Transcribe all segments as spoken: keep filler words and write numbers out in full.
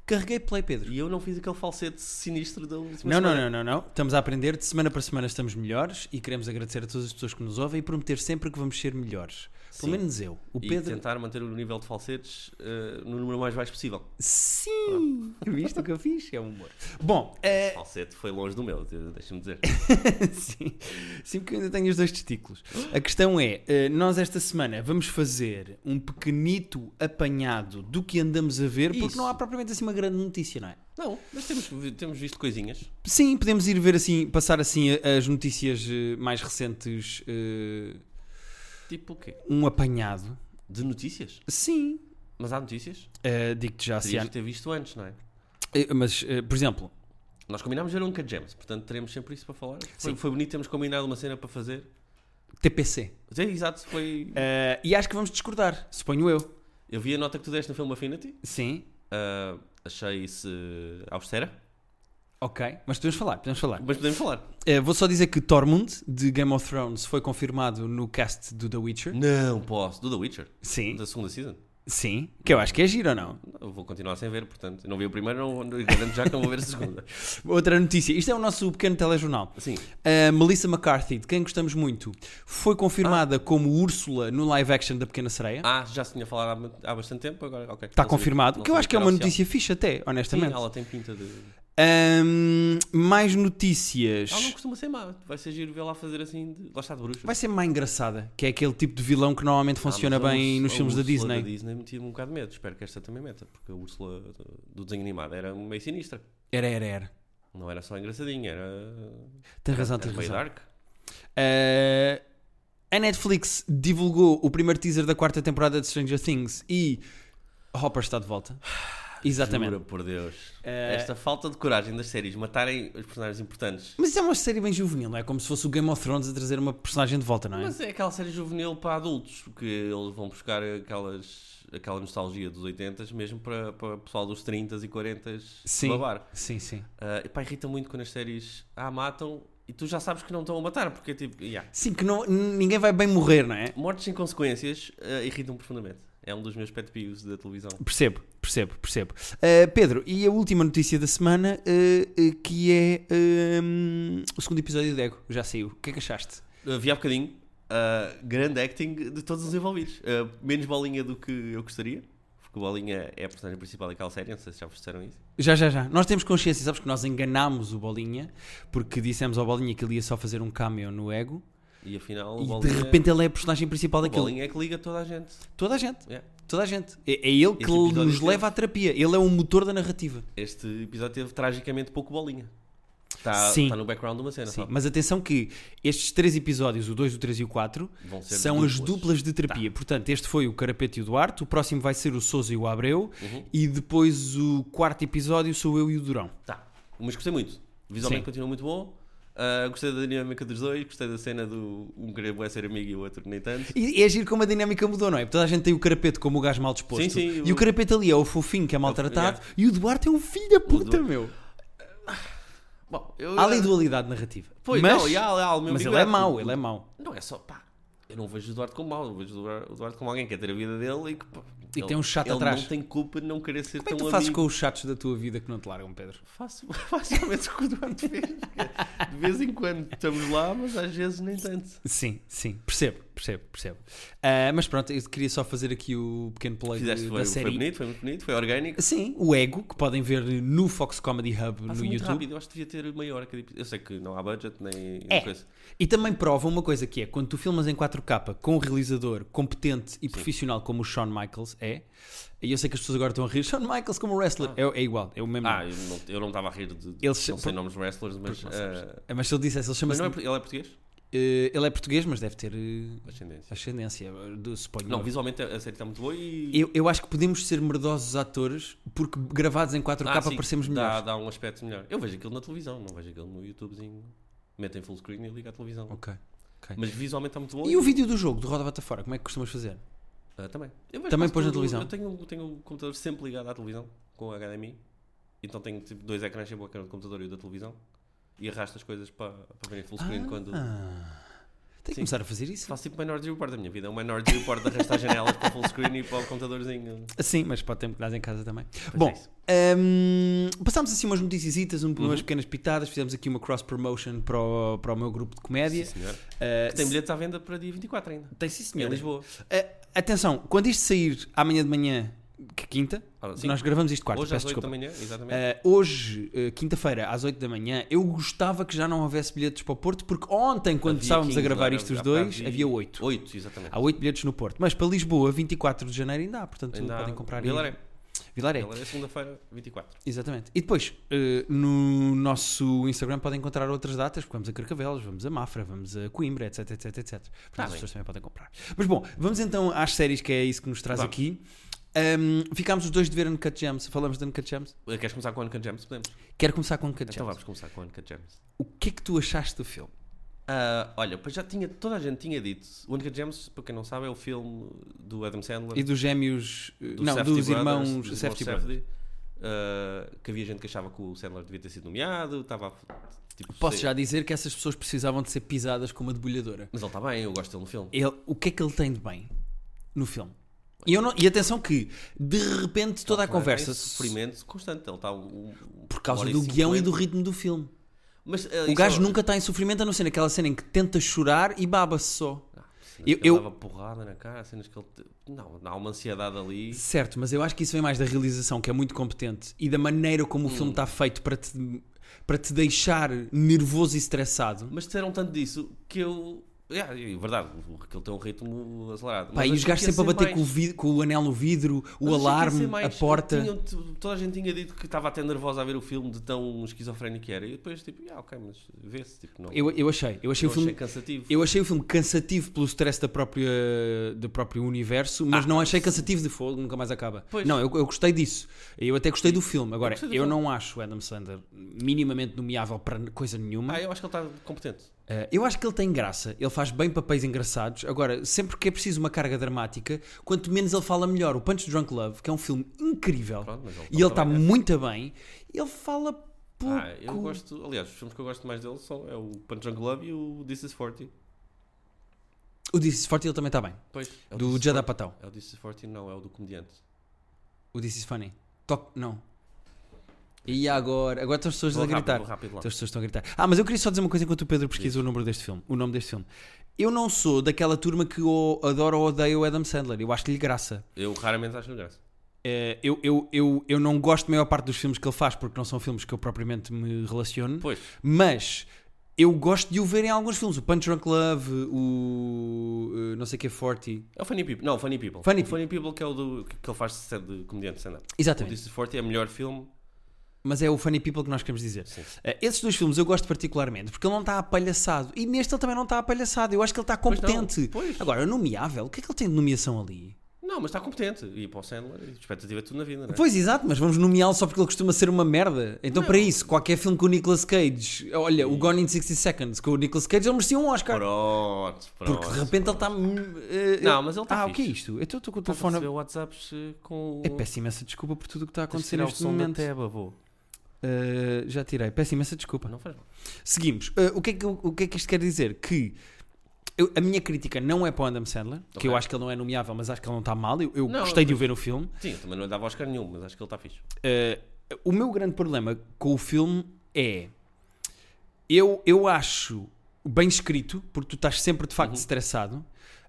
Carreguei play, Pedro. E eu não fiz aquele falsete sinistro da última Não, não, semana. não, não, não. Estamos a aprender. De semana para semana estamos melhores e queremos agradecer a todas as pessoas que nos ouvem e prometer sempre que vamos ser melhores. Pelo Sim. menos eu. O E Pedro... tentar manter o nível de falsetes uh, no número mais baixo possível. Sim! Viste o que eu fiz? É um humor. Bom, é... O falsete foi longe do meu, deixa-me dizer. Sim. Sim, porque eu ainda tenho os dois testículos. A questão é, nós esta semana vamos fazer um pequenito apanhado do que andamos a ver, porque Isso. não há propriamente assim uma grande notícia, não é? Não, mas temos, temos visto coisinhas. Sim, podemos ir ver assim, passar assim as notícias eh, mais recentes, eh, Tipo o quê? um apanhado. De notícias? Sim. Mas há notícias? Eh, digo-te já, se Terias há... que ter visto antes, não é? Eh, Mas, eh, por exemplo, Nós combinámos ver um Uncut Gems, portanto teremos sempre isso para falar. Foi, Sim. foi bonito, temos combinado uma cena para fazer. T P C. Sim, exato, foi... Eh, e acho que vamos discordar, suponho eu. Eu vi a nota que tu deste no filme Affinity. Sim. Uh, achei-se austera. Ok, mas podemos falar, podemos falar. Mas podemos falar. Eh, vou só dizer que Tormund, de Game of Thrones, foi confirmado no cast do The Witcher. Não posso. Do The Witcher. Sim, Da segunda season. sim. Que eu acho que é giro ou não? Eu vou continuar sem ver, portanto. Eu não vi o primeiro, não, não garanto já que não vou ver a segunda. Outra notícia. Isto é o nosso pequeno telejornal. Sim. A Melissa McCarthy, de quem gostamos muito, foi confirmada como Úrsula no live action da Pequena Sereia. Ah, já se tinha falado há, há bastante tempo, agora, ok. Está Não sabia- confirmado. não Que eu sabia acho que é era uma oficial. notícia fixe até, Sim, honestamente. ela tem pinta de... Ahm, mais notícias. Ela não costuma ser má. Vai ser giro vê-la fazer assim, de... lá está de bruxa. Vai ser mais engraçada, que é aquele tipo de vilão que normalmente funciona Ah, mas a bem Úrsula- nos a filmes da Úrsula Disney. da Disney metia-me um bocado de medo. Espero que esta também meta, porque a Úrsula do desenho animado era meio sinistra. Era, era, era. Não era só engraçadinha, era... Tens razão, era tens meio razão. dark. Uh, a Netflix divulgou o primeiro teaser da quarta temporada de Stranger Things e Hopper está de volta. Exatamente. Jura por Deus. Eh, Esta falta de coragem das séries matarem os personagens importantes. Mas isso é uma série bem juvenil, não é? Como se fosse o Game of Thrones a trazer uma personagem de volta, não é? Mas é aquela série juvenil para adultos, que eles vão buscar aquelas, aquela nostalgia dos oitenta mesmo para, para o pessoal dos trinta e quarenta Sim. babar. Sim, sim. Uh, epá, irrita muito quando as séries ah, matam e tu já sabes que não estão a matar, porque é tipo, yeah. Sim, que não, ninguém vai bem morrer, não é? Mortes sem consequências uh, irritam profundamente. É um dos meus pet peeves da televisão. Percebo, percebo, percebo. Uh, Pedro, e a última notícia da semana, uh, uh, que é um, o segundo episódio de Ego, já saiu. O que é que achaste? Uh, vi há bocadinho, uh, grande acting de todos os envolvidos. Uh, menos Bolinha do que eu gostaria, porque o Bolinha é a personagem principal daquela série, não sei se já vos disseram isso. Já, já, já. Nós temos consciência, sabes que nós enganámos o Bolinha, porque dissemos ao Bolinha que ele ia só fazer um cameo no Ego, E afinal o e Bolinha, de repente ele é a personagem principal o daquele. Bolinha é que liga toda a gente. Toda a gente. Yeah. Toda a gente. É, é ele que Este episódio nos teve- leva à terapia. Ele é o motor da narrativa. Este episódio teve tragicamente pouco Bolinha. Está, Sim. está no background de uma cena Sim, só. mas atenção que estes três episódios, o dois, o três e o quatro, Vão ser são duplas. as duplas de terapia. Portanto, este foi o Carapeto e o Duarte, o próximo vai ser o Sousa e o Abreu, Uhum. e depois o quarto episódio sou eu e o Durão. Tá. Mas gostei muito. Visualmente Sim. continua muito bom. Uh, gostei da dinâmica dos dois. Gostei da cena do um querer bué ser amigo e o outro nem tanto. E é giro como a dinâmica mudou, não é? Porque toda a gente tem o Carapeto como o gajo mal disposto. Sim, sim, E o- o Carapeto ali é o fofinho que é maltratado, yeah. e o Duarte é um filho da puta, Du- meu. Bom, eu, Há ali dualidade narrativa. Pois, mas não, e há, há alguma mas ele é ambiguidade. mau, O- ele é mau. Não é só, pá, eu não vejo o Eduardo como mau, eu vejo o Eduardo- o Eduardo como alguém que quer ter a vida dele e que, pá, E que ele- tem um chato ele atrás. não tem culpa de não querer ser Como é que tão tu fazes amigo. com os chatos da tua vida que não te largam, Pedro? Faço basicamente o que o Eduardo fez. De vez em quando estamos lá, mas às vezes nem tanto. Sim, sim, percebo, percebo, percebo. Ah, mas pronto, eu queria só fazer aqui o pequeno play Fizeste, de- foi, da foi série. bonito, foi muito bonito, foi orgânico. Sim, o Ego, que podem ver no Fox Comedy Hub Passa no muito YouTube. rápido, eu acho que devia ter maior cada episódio. Eu sei que não há budget nem É. coisa. E também prova uma coisa que é, quando tu filmas em quatro K com um realizador competente e profissional como o Shawn Michaels é, e eu sei que as pessoas agora estão a rir, Shawn Michaels como wrestler, Ah. é, é igual, é o mesmo. Ah, eu não, eu não estava a rir de, de Eles- não sei nomes de wrestlers, mas, Porque não sabes. eh, É, mas se ele dissesse, ele mas chama-se... não é, por- ele é português? eh, ele é português, mas deve ter eh, Ascendência. ascendência, eh, do, suponho. Não, visualmente a série está muito boa e... eu, eu acho que podemos ser merdosos atores porque gravados em quatro K Ah, sim, parecemos dá, melhores. dá um aspecto melhor. Eu vejo aquilo na televisão, não vejo aquilo no YouTubezinho. Metem full screen e liga a televisão. Ok. ok. Mas visualmente está muito bom. E o vídeo do jogo, do Roda Bata Fora, como é que costumas fazer? Ah, também. Eu vejo Também quase pões na tudo. televisão? Eu tenho, tenho o computador sempre ligado à televisão, com o H D M I. Então tenho tipo, dois ecrãs, sempre o ecrã do computador e o da televisão. E arrasto as coisas para, para verem full screen quando... Ah. Tem que começar a fazer isso. Faço tipo Minority Report da minha vida. É um Minority Report de arrastar janelas para full screen e para o computadorzinho. Sim, mas pode ter um pedaço em casa também. Pois Bom, é hum, passámos assim umas noticiasitas, um, Uhum. umas pequenas pitadas, fizemos aqui uma cross-promotion para o, para o meu grupo de comédia. Sim, senhor. Uh, Tem bilhetes à venda para dia vinte e quatro ainda. Tem sim, Em senhor. Lisboa. Uh, atenção, quando isto sair amanhã de manhã, que é quinta, Ah, sim. nós gravamos isto quarta, Hoje às peço oito da desculpa. manhã, exatamente. Uh, hoje, uh, quinta-feira, às oito da manhã, eu gostava que já não houvesse bilhetes para o Porto, porque ontem, quando Havia estávamos a quinze, gravar não era? isto os Há dois, bocado vi- havia oito. Oito, exatamente. Há oito bilhetes no Porto. Mas para Lisboa, vinte e quatro de janeiro ainda há, portanto Ainda há- podem comprar. Vilaré. Vilaré. Vilaré, segunda-feira, vinte e quatro. Exatamente. E depois, uh, no nosso Instagram podem encontrar outras datas, porque vamos a Carcavelos, vamos a Mafra, vamos a Coimbra, etc, etc, etc. Portanto, Tá as bem. pessoas também podem comprar. Mas bom, vamos então às séries, que é isso que nos traz Vamos. aqui. Um, ficámos os dois de ver Uncut Gems. Falamos de Uncut Gems. Queres começar com o Uncut Gems? Podemos. Quero começar com Uncut Então Gems. vamos começar com o Uncut Gems. O que é que tu achaste do filme? Ah, olha, pois já tinha, toda a gente tinha dito. O Uncut Gems, para quem não sabe, é o filme do Adam Sandler. E dos gêmeos... uh, do não, Safdie dos Brothers, irmãos dos Safdie irmãos Brothers. Safdie, ah, que havia gente que achava que o Sandler devia ter sido nomeado. Estava a- tipo, Posso sei- já dizer que essas pessoas precisavam de ser pisadas com uma debulhadora. Mas ele está bem, eu gosto dele no filme. Ele, o que é que ele tem de bem no filme? E, eu não, e atenção que, de repente, toda a Ele tem conversa... sofrimento constante. Ele está um, um, Por causa uma hora do guião e cinquenta. do ritmo do filme. Mas, ah, O isso gajo é- nunca está em sofrimento, a não ser naquela cena em que tenta chorar e baba-se só. Ah, cenas Eu- que ele eu- dava porrada na cara, cenas que ele. te- Não, há uma ansiedade ali. Certo, mas eu acho que isso vem mais da realização, que é muito competente, e da maneira como o Hum. filme está feito para te, para te deixar nervoso e estressado. Mas disseram tanto disso que eu. Yeah, é verdade, o- que ele tem um ritmo acelerado. Pá, Mas e os achei gajos que ia sempre a ser bater mais- com o, vid- com o anel no vidro, o mas achei que ia alarme, ser a mais- porta. tinham- toda a gente tinha dito que estava até nervosa a ver o filme de tão esquizofrénico que era. E depois, tipo, ah, ok, mas vê-se. Tipo, não, Eu, eu achei, eu achei eu o filme. achei cansativo. Eu achei o filme cansativo pelo stress da própria, do próprio universo, mas Ah, não achei sim. cansativo de fogo, nunca mais acaba. Pois. Não, eu, eu gostei disso. Eu até gostei do filme. Agora, eu, gostei do filme. não acho o Adam Sandler minimamente nomeável para coisa nenhuma. Ah, eu acho que ele está competente. Uh, eu acho que ele tem graça, ele faz bem papéis engraçados. Agora, sempre que é preciso uma carga dramática, quanto menos ele fala melhor. O Punch Drunk Love, que é um filme incrível, Pronto, mas ele e ele está também é. muito bem, ele fala pouco. Ah, eu gosto. Aliás, os filmes que eu gosto mais dele são é o Punch Drunk Love e o This Is forty. O This Is Forty ele também está bem. Pois, é o Do This Is Judd forty. Apatow. É o This Is forty, não, é o do comediante. O This Is Funny. Toc, não. E agora? Agora estão as pessoas Vou a rápido, gritar. vou rápido lá. Então as pessoas estão a gritar. Ah, mas eu queria só dizer uma coisa enquanto o Pedro pesquisa o número deste filme, o nome deste filme. Eu não sou daquela turma que o adora ou odeia o Adam Sandler. Eu acho-lhe graça. Eu raramente acho graça. Eh, eu, eu, eu, eu não gosto da maior parte dos filmes que ele faz porque não são filmes que eu propriamente me relaciono. Pois. Mas eu gosto de o ver em alguns filmes. O Punch Drunk Love, o eh, não sei o que é forty. É o Funny People. Não, o Funny People. Funny o Funny People que é o do, que ele faz de, de comediante stand-up. O Exatamente. This Is forty é o melhor filme. Mas é o Funny People que nós queremos dizer. Sim. Eh, esses dois filmes eu gosto particularmente porque ele não está apalhaçado. E neste ele também não está apalhaçado. Eu acho que ele está Pois não, competente. pois. Agora, nomeável, o que é que ele tem de nomeação ali? Não, mas está competente. E para o Sandler, a expectativa é tudo na vida, não é? Pois, exato, mas vamos nomeá-lo só porque ele costuma ser uma merda. Então, Não. para isso, qualquer filme com o Nicolas Cage, olha, o Gone in sixty seconds com o Nicolas Cage, ele merecia um Oscar. Pronto, pronto. Porque de repente ele está. Não, mas ele está Ah, o que é fixe. isto? Eu estou com o Está a telefone. receber WhatsApps eh, com... É, peço imensa desculpa por tudo o que está a Tens de acontecer tirar o neste som momento. da tab, avô. Uh, já tirei, peço imensa desculpa. Não faz mal. Seguimos. Uh, o, que é que, o que é que isto quer dizer? Que eu- a minha crítica não é para o Adam Sandler, que Ok. eu acho que ele não é nomeável, mas acho que ele não está mal. Eu, eu Não, gostei de o mas- ver no filme. Sim, eu também não lhe dava Oscar nenhum, mas acho que ele está fixe. Uh, o meu grande problema com o filme é eu, eu acho bem escrito, porque tu estás sempre de facto Uhum. estressado,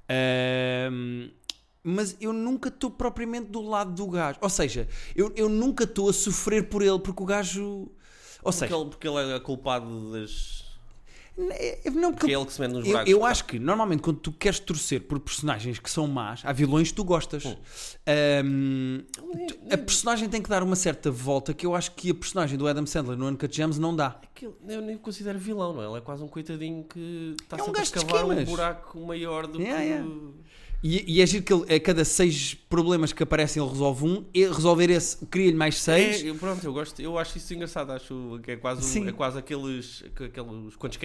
uh, mas eu nunca estou propriamente do lado do gajo. Ou seja, eu, eu nunca estou a sofrer por ele, porque o gajo. Ou Porque seja, ele, porque ele é culpado das... é- não, porque Porque é ele que se mete nos eu, buracos. eu acho que normalmente quando tu queres torcer por personagens que são más, há vilões que tu gostas. Hum. Um, tu- a personagem tem que dar uma certa volta que eu acho que a personagem do Adam Sandler no Uncut Gems não dá. Aquilo, eu nem o considero vilão, não é? Ele é quase um coitadinho que está É um sempre a gajo de escavar um esquemas. buraco maior do Yeah, que... yeah. E, e é giro que ele, a cada seis problemas que aparecem ele resolve um, e resolver esse cria-lhe mais seis. É, eu, pronto, eu gosto, eu acho isso engraçado, acho que é quase, Sim. é quase aqueles, aqueles quantos queres.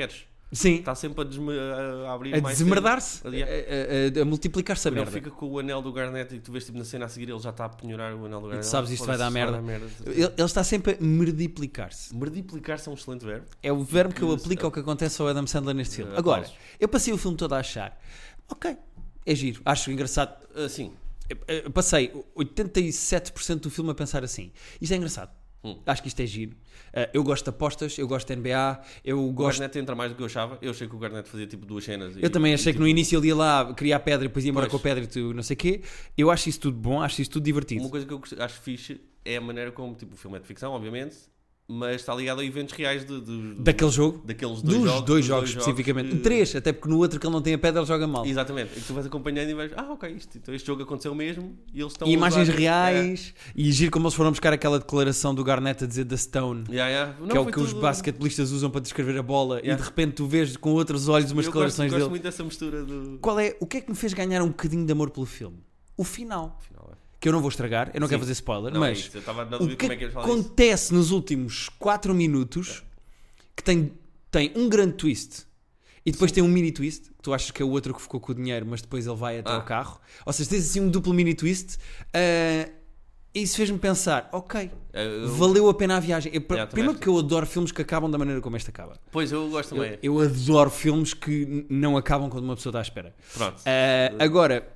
Sim. Está sempre a, desme... a abrir A mais desmerdar-se, cenas. a, a, a multiplicar-se a Quando ele merda. fica com o anel do Garnet e tu vês tipo, na cena a seguir ele já está a penhorar o anel do Garnet. tu sabes isto vai dar merda. merda. Ele, ele está sempre a merdiplicar-se. Merdiplicar-se é um excelente verbo. É o verbo que eu Que- aplico ao que acontece ao Adam Sandler neste filme. Uh, Agora, aplausos. eu passei o filme todo a achar, ok, é giro, acho engraçado. Uh, sim. Eu, eu passei oitenta e sete por cento do filme a pensar assim, isto é engraçado, Hum. acho que isto é giro. Uh, eu gosto de apostas, eu gosto de N B A, eu O gosto... Garnet entra mais do que eu achava. Eu achei que o Garnet fazia tipo duas cenas. Eu e, também e, achei que no tipo, início ele ia lá criar a pedra e depois ia embora Pois. com a pedra e tu não sei o quê. Eu acho isso tudo bom, acho isso tudo divertido. Uma coisa que eu gost- acho fixe é a maneira como tipo, o filme é de ficção, obviamente, mas está ligado a eventos reais de, de- de- Daquele jogo, daqueles dois dos jogos. dois dos jogos especificamente. que- Três, até porque no outro que ele não tem a pedra ele joga mal. Exatamente. E que tu vais acompanhando e vais, ah, ok, isto, então este jogo aconteceu mesmo e eles estão E a imagens usar- reais, e giro como eles foram buscar aquela declaração do Garnett a dizer da Stone. É, yeah, yeah. Não, Que é o foi que os tudo- basquetebolistas usam para descrever a bola Yeah. e de repente tu vês com outros olhos umas Eu declarações gosto, gosto dele. muito dessa mistura do. Qual é, o que é que me fez ganhar um bocadinho de amor pelo filme? O final. Afinal, é. Que eu não vou estragar, eu não Sim. quero fazer spoiler, Não, é mas isso, eu estava na o dúvida que como é que ias falar disso. acontece nos últimos quatro minutos que tem, tem um grande twist e depois tem um mini twist, que tu achas que é o outro que ficou com o dinheiro, mas depois ele vai até Ah. ao carro. Ou seja, tens assim um duplo mini twist. Uh, isso fez-me pensar, ok, Eu- eu- valeu a pena a viagem. Eu, Yeah, também primeiro acho que eu adoro filmes que acabam da maneira como este acaba. Pois, eu gosto Eu, também. eu adoro filmes que n- não acabam quando uma pessoa está à espera. Pronto. Uh, agora,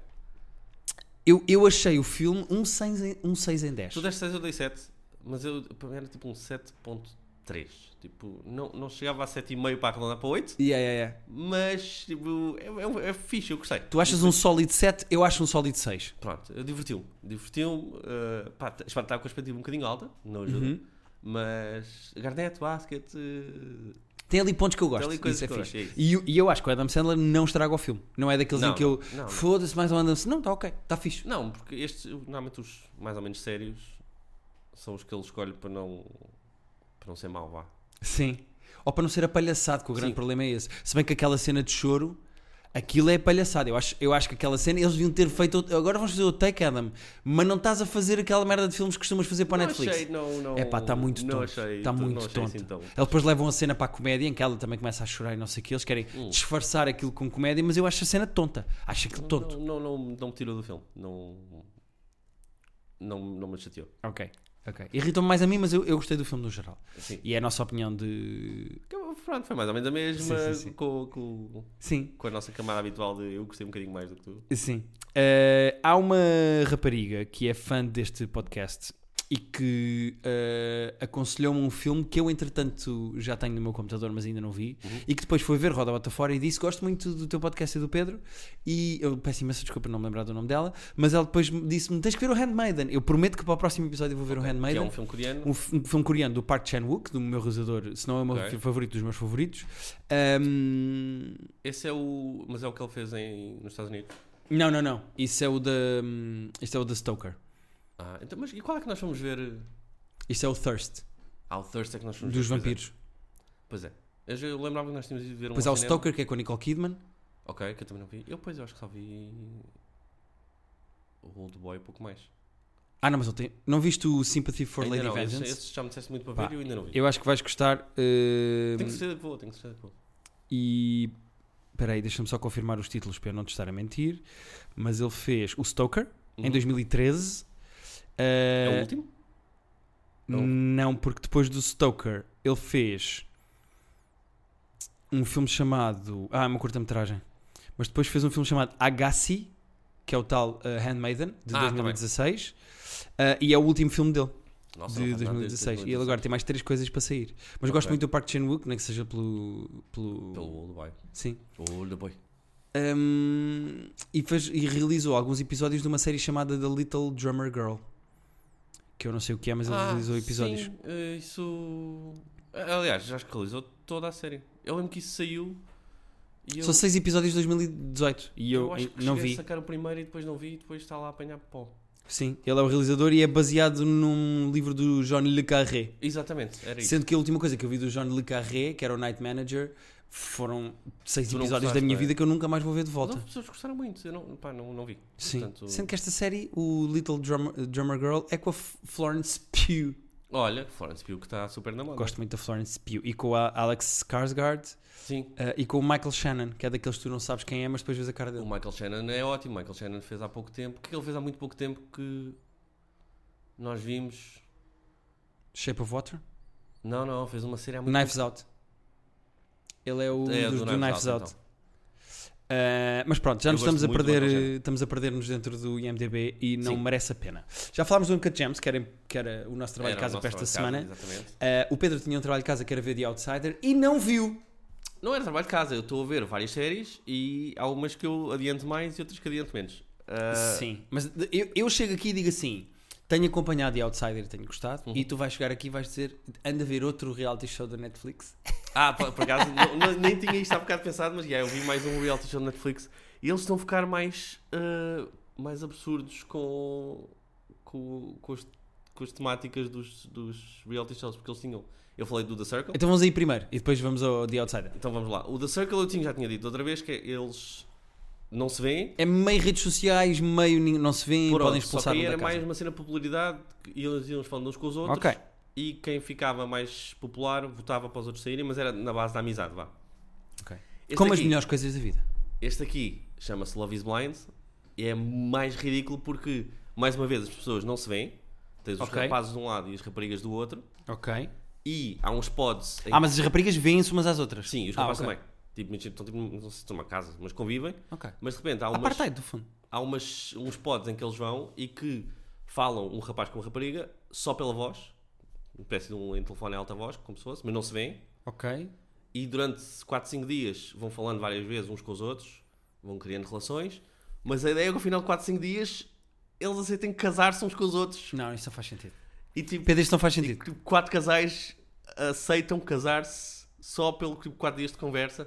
eu, eu achei o filme um seis em, um seis em dez. Tu deste seis, eu dei sete, mas eu para mim era tipo um sete ponto três. Tipo, não, não chegava a sete vírgula cinco para arredondar para oito, Yeah, yeah, yeah. mas tipo, é, é, é fixe, eu gostei. Tu achas um sólido sete, eu acho um sólido seis. Pronto, eu divertiu-me. Divertiu-me. Uh, pá, t- estava com a expectativa um bocadinho alta, não ajuda. Uhum. Mas Garnet, basquete. uh, Tem ali pontos que eu gosto. Tem ali coisas Isso é que eu fixe. gosto, é isso. E, eu- e eu acho que o Adam Sandler não estraga o filme. Não é daqueles em Não, que eu não, não. foda-se mais um Adam Sandler. Não, está ok, está fixe. Não, porque estes, normalmente os mais ou menos sérios são os que ele escolhe para não, para não ser mau, vá. Sim. Ou para não ser apalhaçado, que o grande Sim. problema é esse. Se bem que aquela cena de choro, aquilo é palhaçado. Eu acho, eu acho que aquela cena, eles deviam ter feito. outro- Agora vamos fazer o Take Adam, mas não estás a fazer aquela merda de filmes que costumas fazer para a Não Netflix. achei, não, não, É pá, está muito não tonto. achei- Está não muito achei tonto. assim tão- Eles depois levam a cena para a comédia, em que ela também começa a chorar e não sei o que. Eles querem Hum. disfarçar aquilo com comédia, mas eu acho a cena tonta. Acho aquilo tonto. Não, não, não, não me tirou do filme. Não, não, não me chateou. Ok, ok. Irritou-me mais a mim, mas eu, eu gostei do filme no geral. Assim, E é a nossa opinião de. pronto, foi mais ou menos a mesma Sim, sim, sim. Com, com, Sim, com a nossa camada habitual de eu gostei um bocadinho mais do que tu. sim. Eh, há uma rapariga que é fã deste podcast e que eh, aconselhou-me um filme que eu, entretanto, já tenho no meu computador, mas ainda não vi. Uhum. E que depois foi ver Roda Bota Fora e disse: gosto muito do teu podcast e do Pedro. E eu peço imensa desculpa não me lembrar do nome dela, mas ela depois me disse-me: tens que ver o Handmaiden. Eu prometo que para o próximo episódio eu vou ver o Que é Handmaiden. um filme coreano. Um, f- um filme coreano do Park Chan-wook, do meu realizador, se não é o meu Ok. favorito dos meus favoritos. Ahm, Esse é o. Mas é o que ele fez em, nos Estados Unidos. não, não, não. Isso é o da. hum, Isto é o da Stoker. Ah, então, mas e qual é que nós fomos ver? Isto é o Thirst, Ah, o Thirst é que nós fomos dos ver. vampiros. Pois é. Pois é. Eu, já- eu lembrava que nós tínhamos ido ver um Depois há ao o cinema. Stoker, que é com a Nicole Kidman. Ok, que eu também não vi. Eu, pois, eu acho que só vi. O Old Boy, pouco mais. Ah, não, mas ele tem. Não viste o Sympathy for Ainda Lady não, esse, Vengeance? esse já me disseste muito para Pá, ver e eu ainda não vi. Eu acho que vais gostar. hum, Tem que ser boa, tem que ser boa. E. Espera aí, deixa-me só confirmar os títulos para eu não te estar a mentir. Mas ele fez o Stoker em Uhum. dois mil e treze. É o Uh, último? Não. Não, porque depois do Stoker ele fez um filme chamado. Ah, é uma curta-metragem. Mas depois fez um filme chamado Agassi, que é o tal uh, Handmaiden, de Ah, dois mil e dezasseis. Uh, e é o último filme dele, Nossa, de não faz dois nada mil e desde dezasseis. E ele agora tem mais três coisas para sair. Mas Ok. gosto muito do Park Chan-wook, nem que seja pelo. pelo... Pelo Old Boy. Sim. O Old Boy. Um, e, fez, e realizou alguns episódios de uma série chamada The Little Drummer Girl. Que eu não sei o que é, mas ele realizou episódios. Sim, eh, isso. Aliás, já acho que realizou toda a série. Eu lembro que isso saiu. E eu, São seis episódios de dois mil e dezoito e eu, eu acho que não cheguei vi. a sacar o primeiro e depois não vi e depois está lá a apanhar pó. Sim, ele é o realizador e é baseado num livro do John Le Carré. Exatamente, era isso. Sendo que a última coisa que eu vi do John Le Carré, que era o Night Manager, foram seis Tu não episódios da gostaste, minha não é? vida que eu nunca mais vou ver de volta. Não, as pessoas gostaram muito, eu não, pá, não, não vi. Sim. Portanto- Sendo que esta série, o Little Drummer, Drummer Girl, é com a F- Florence Pugh. Olha, Florence Pugh que está super na moda. Gosto muito da Florence Pugh. E com a Alex Skarsgård. Sim. Uh, e com o Michael Shannon, que é daqueles que tu não sabes quem é, mas depois vês a cara O dele. Michael Shannon é ótimo. O Michael Shannon fez há pouco tempo. O que é que ele fez há muito pouco tempo que nós vimos? Shape of Water? Não, não, fez uma série há muito Knives Out. Ele é o É, dos, do do Knives Knives Out, Out. Uh, mas pronto, já Eu nos gosto estamos a muito do perder, Michael Shannon. estamos a perder-nos dentro do I M D B e não Sim. merece a pena. Já falámos do Uncut Gems, que era, que era o nosso trabalho Era de casa o para nosso esta trabalho de semana. casa, exatamente. Uh, o Pedro tinha um trabalho de casa que era ver The Outsider e não viu. Não era trabalho de casa. Eu estou a ver várias séries e há umas que eu adianto mais e outras que adianto menos. Ah, Sim, mas eu, eu chego aqui e digo assim: tenho acompanhado The Outsider, tenho gostado, Uhum. e tu vais chegar aqui e vais dizer: anda a ver outro reality show da Netflix. Ah, por, por acaso, não- não- nem tinha isto há bocado pensado, mas já, eu vi mais um reality show da Netflix e eles estão a ficar mais, ah, mais absurdos com, com, com, as, com as temáticas dos, dos reality shows, porque eles tinham. Eu falei do The Circle, Então vamos aí primeiro e depois vamos ao The Outsider. então vamos lá. O The Circle eu tinha, já tinha dito outra vez que é, eles não se veem. É meio redes sociais, meio nin- não se vêem, Pronto, podem só expulsar que aí um da era casa. mais uma cena de popularidade e eles iam falando uns com os outros. Ok, E quem ficava mais popular votava para os outros saírem, mas era na base da amizade, vá. ok. Este Como as aqui, melhores coisas da vida. Este aqui chama-se Love is Blind e é mais ridículo porque, mais uma vez, as pessoas não se veem. Tens os Ok. rapazes de um lado e as raparigas do outro. Ok. E há uns pods em Ah, mas as raparigas veem-se umas às outras. Sim, e os Ah, rapazes ok. também. Tipo, imagina, estão tipo, não sei se estão numa casa, mas convivem. Ok. Mas de repente há, umas, Apartheid, do fundo. há umas, uns pods em que eles vão e que falam um rapaz com uma rapariga só pela voz. Uma espécie de um em telefone em alta voz, como se fosse, mas não se veem. Ok. E durante quatro, cinco dias vão falando várias vezes uns com os outros, vão criando relações, mas a ideia é que ao final de quatro, cinco dias eles aceitem casar-se uns com os outros. Não, isso não faz sentido. E tipo, Pedro, isto não faz e, sentido. tipo, quatro casais aceitam casar-se só pelo tipo, quatro dias de conversa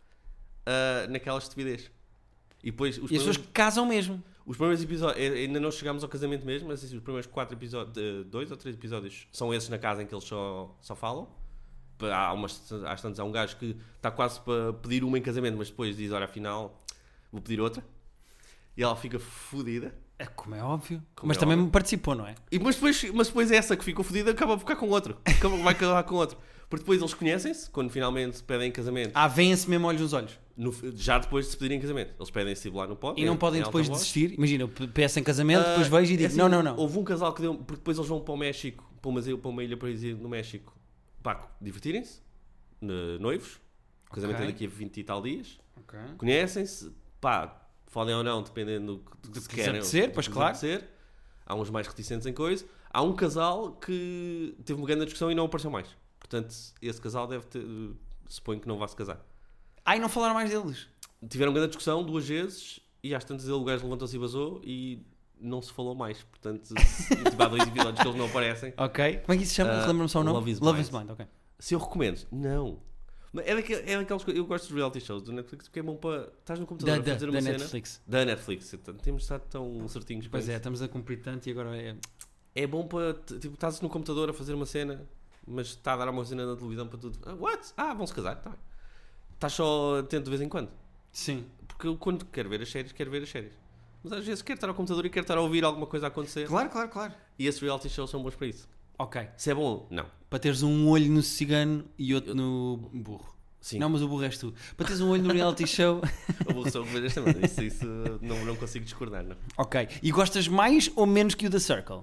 ah, naquela estupidez. E depois os E as primeiros, pessoas casam mesmo. os primeiros episódios, eh, ainda não chegámos ao casamento mesmo, mas assim, os primeiros quatro episódios, eh, dois ou três episódios são esses na casa em que eles só, só falam. Há umas, às tantas há um gajo que está quase para pedir uma em casamento, mas depois diz, olha, afinal vou pedir outra. E ela fica fodida. É como é óbvio. Como mas é também óbvio. participou, não é? E, mas, depois, mas depois essa que ficou fodida acaba por ficar com outro. Acaba, vai acabar com outro. Porque depois eles conhecem-se, quando finalmente pedem casamento. Ah, vêm-se mesmo olhos nos olhos. No- já depois de se pedirem casamento. Eles pedem-se tipo, lá no pod. E não em- podem em depois alta voz. desistir. Imagina, eu peço em casamento, Ah, depois vejo e é digo: assim, não, não, não. Houve um casal que deu. Porque depois eles vão para o México, para uma, para uma ilha paradisíaca no México, pá, divertirem-se, ne- noivos. O casamento Ok. é daqui a vinte e tal dias. Ok. Conhecem-se, pá, podem ou não, dependendo do que, do que Se querem. apetecer, do pois que claro. apetecer. Há uns mais reticentes em coisa. Há um casal que teve uma grande discussão e não apareceu mais. Portanto, esse casal deve ter. Suponho que não vá se casar. Ai, não falaram mais deles. Tiveram grande discussão duas vezes e às tantas ele, o gajo levantou-se e vazou e não se falou mais. Portanto, se, tipo, há dois episódios que eles não aparecem. Ok. Como é que isso se chama? Ah, Lembra-me só o nome? Love is Love is Blind. Blind, ok. Se eu recomendo, não. Mas É, daquele, é daquelas coisas. Eu gosto de reality shows do Netflix porque é bom para. Estás no computador Da, a da, fazer da uma cena. Netflix. Da Netflix. Então, temos de estar tão certinhos com Pois é, isso. estamos a cumprir tanto e agora é. É bom para. Tipo, estás no computador a fazer uma cena, mas está a dar uma cena na televisão para tudo. Ah, what? Ah, vão se casar? Tá bem. Estás só atento de vez em quando. Sim. Porque eu, quando quero ver as séries, quero ver as séries. Mas às vezes quero estar ao computador e quero estar a ouvir alguma coisa a acontecer. Claro, claro, claro. E esses reality shows são bons para isso. Ok. Se é bom, não. Para teres um olho no cigano e outro no burro. Sim. Não, mas o burro és tu. Para teres um olho no reality show. Eu vou só ver esta semana. Isso, isso não, não consigo discordar, não. Ok. E gostas mais ou menos que o The Circle?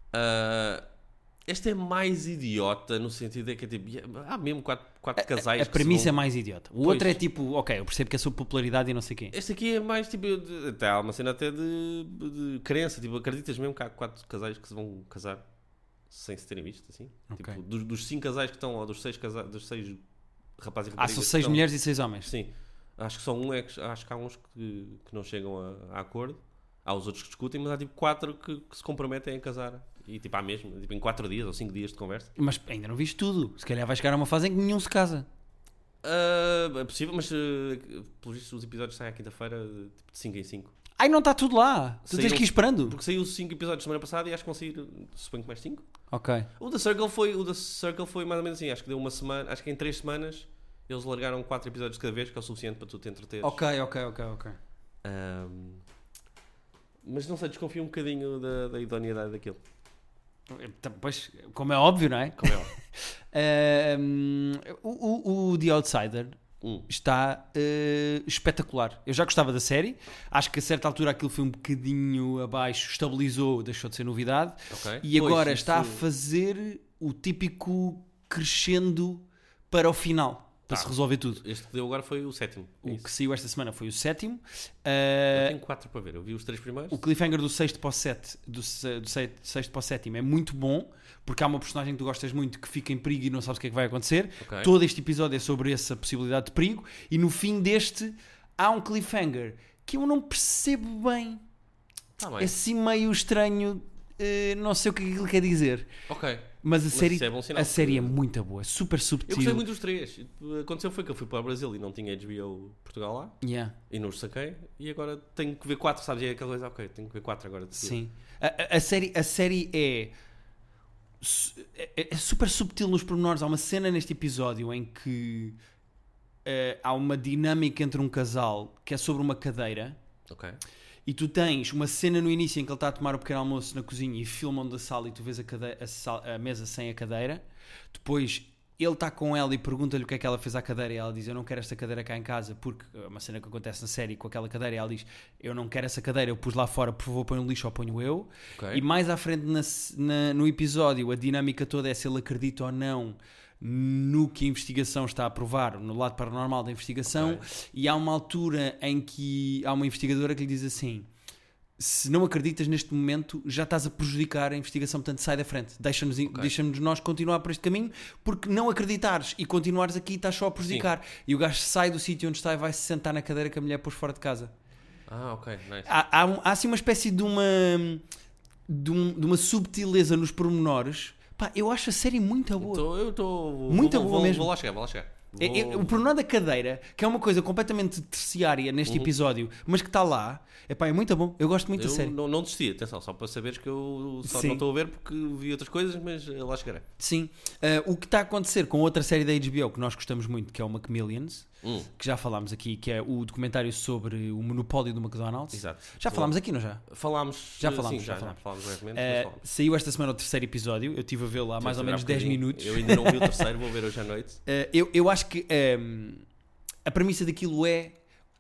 Ah, este é mais idiota no sentido de que é tipo, há mesmo quatro, quatro casais A que se premissa é vão- mais idiota. O Pois. outro é tipo, ok, eu percebo que é sobre popularidade e não sei o quê. Este aqui é mais tipo, de- até há uma cena até de, de crença, tipo, acreditas mesmo que há quatro casais que se vão casar sem se terem visto, assim? Ok. Tipo, dos, dos cinco casais que estão, ou dos seis casais, dos seis rapazes e Ah, raparigas são que seis estão- mulheres e seis homens. Sim, acho que só um é que, acho que há uns que, que não chegam a, a acordo, há os outros que discutem, mas há tipo quatro que, que se comprometem a casar. E tipo, há mesmo, tipo, em quatro dias ou cinco dias de conversa. Mas ainda não viste tudo. Se calhar vai chegar a uma fase em que nenhum se casa. Ah, é possível, mas uh, pelos vistos os episódios saem à quinta-feira tipo, de cinco em cinco. Ai, não está tudo lá. Tu tens Saiu- que ir esperando. Porque saiu cinco episódios semana passada e acho que vão sair, suponho que mais cinco. Ok. O The Circle foi, o The Circle foi mais ou menos assim, acho que deu uma semana, acho que em três semanas eles largaram quatro episódios de cada vez, que é o suficiente para tu te entreteres. Ok, ok, ok, ok. Ahm, mas não sei, desconfio um bocadinho da, da idoneidade daquilo. Pois, como é óbvio, não é? Como é óbvio. um, o, o, o The Outsider Hum. está uh, espetacular. Eu já gostava da série. Acho que a certa altura aquilo foi um bocadinho abaixo, estabilizou, deixou de ser novidade. Okay. E agora Pois, está a isso- fazer o típico crescendo para o final, para Tá. se resolver tudo. Este que deu agora foi o sétimo. O Isso. que saiu esta semana foi o sétimo. Eu Uh, tenho quatro para ver. Eu vi os três primeiros. o cliffhanger do sexto para o sete, do, se- do se- sexto para o sétimo é muito bom, porque há uma personagem que tu gostas muito que fica em perigo e não sabes o que é que vai acontecer. Ok. Todo este episódio é sobre essa possibilidade de perigo, e no fim deste há um cliffhanger que eu não percebo bem. Tá É bem. assim meio estranho, eh, não sei o que aquilo quer dizer. Ok. Mas a Mas série, isso é bom sinal, a série é porque- muito boa, super subtil. Eu gostei muito dos três. Aconteceu foi que eu fui para o Brasil e não tinha H B O Portugal lá. Yeah, E não os saquei. E agora tenho que ver quatro, sabes? E é aquela coisa, ok, tenho que ver quatro agora. de seguida. sim. A, a- a série, a série é, su- é, é super subtil nos pormenores. Há uma cena neste episódio em que eh, há uma dinâmica entre um casal que é sobre uma cadeira. Ok. E tu tens uma cena no início em que ele está a tomar o pequeno almoço na cozinha e filmam da sala e tu vês a, cadeira, a, sal- a mesa sem a cadeira. Depois ele está com ela e pergunta-lhe o que é que ela fez à cadeira e ela diz: eu não quero esta cadeira cá em casa, porque é uma cena que acontece na série com aquela cadeira, e ela diz: eu não quero essa cadeira, eu pus lá fora, por favor põe no lixo ou ponho eu. Ok. E mais à frente na- na- no episódio a dinâmica toda é se ele acredita ou não no que a investigação está a provar, no lado paranormal da investigação. Ok. E há uma altura em que há uma investigadora que lhe diz assim: se não acreditas neste momento, já estás a prejudicar a investigação, portanto sai da frente, deixa-nos Ok. deixa-nos nós continuar por este caminho, porque não acreditares e continuares aqui estás só a prejudicar. E o gajo sai do sítio onde está e vai se sentar na cadeira que a mulher pôs fora de casa. Ah, ok, nice. Há, há, um- há assim uma espécie de uma de, um- de uma subtileza nos pormenores. Pá, eu acho a série muito boa. Tô- eu estou. Muito vou, boa vou, mesmo. Vou lá chegar, vou lá chegar. É- é- Vou- o pormenor da cadeira, que é uma coisa completamente terciária neste Uhum. episódio, mas que está lá, epá, é muito bom. Eu gosto muito eu da série. não, não desisti, atenção, só para saberes que eu só Sim. não estou a ver porque vi outras coisas, mas eh, lá chegarei. Sim. Ah, o que está a acontecer com outra série da H B O que nós gostamos muito, que é o Macmillions, Hum, que já falámos aqui, que é o documentário sobre o monopólio do McDonald's. exato. Já falámos aqui, não já? Falámos. Já eh, falámos, sim, já já, falámos. já falámos brevemente. Ah, mas falámos. saiu esta semana o terceiro episódio, eu estive a vê-lo há mais ou Tive a menos ver há dez bocadinho. minutos. Eu ainda não vi o terceiro, vou ver hoje à noite. Uh, eu, eu acho que um, a premissa daquilo é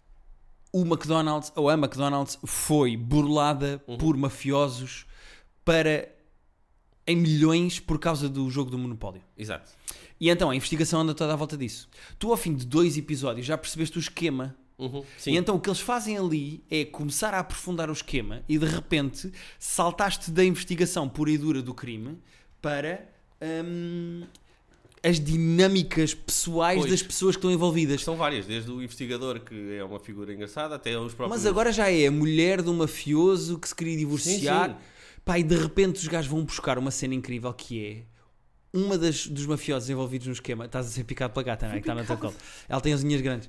o McDonald's, ou a McDonald's, foi burlada Uhum. por mafiosos para em milhões por causa do jogo do monopólio. Exato. E então a investigação anda toda à volta disso. Tu ao fim de dois episódios já percebeste o esquema. Uhum, sim. E então o que eles fazem ali é começar a aprofundar o esquema e de repente saltaste da investigação pura e dura do crime para hum, as dinâmicas pessoais Pois. das pessoas que estão envolvidas. São várias, desde o investigador, que é uma figura engraçada, até os próprios. Mas agora já é a mulher de um mafioso que se queria divorciar. Sim, sim. Pá, e de repente os gajos vão buscar uma cena incrível que é uma das, dos mafiosos envolvidos no esquema. Estás a ser picado pela gata, não é? Que está no teu colo. Ela tem as unhas grandes.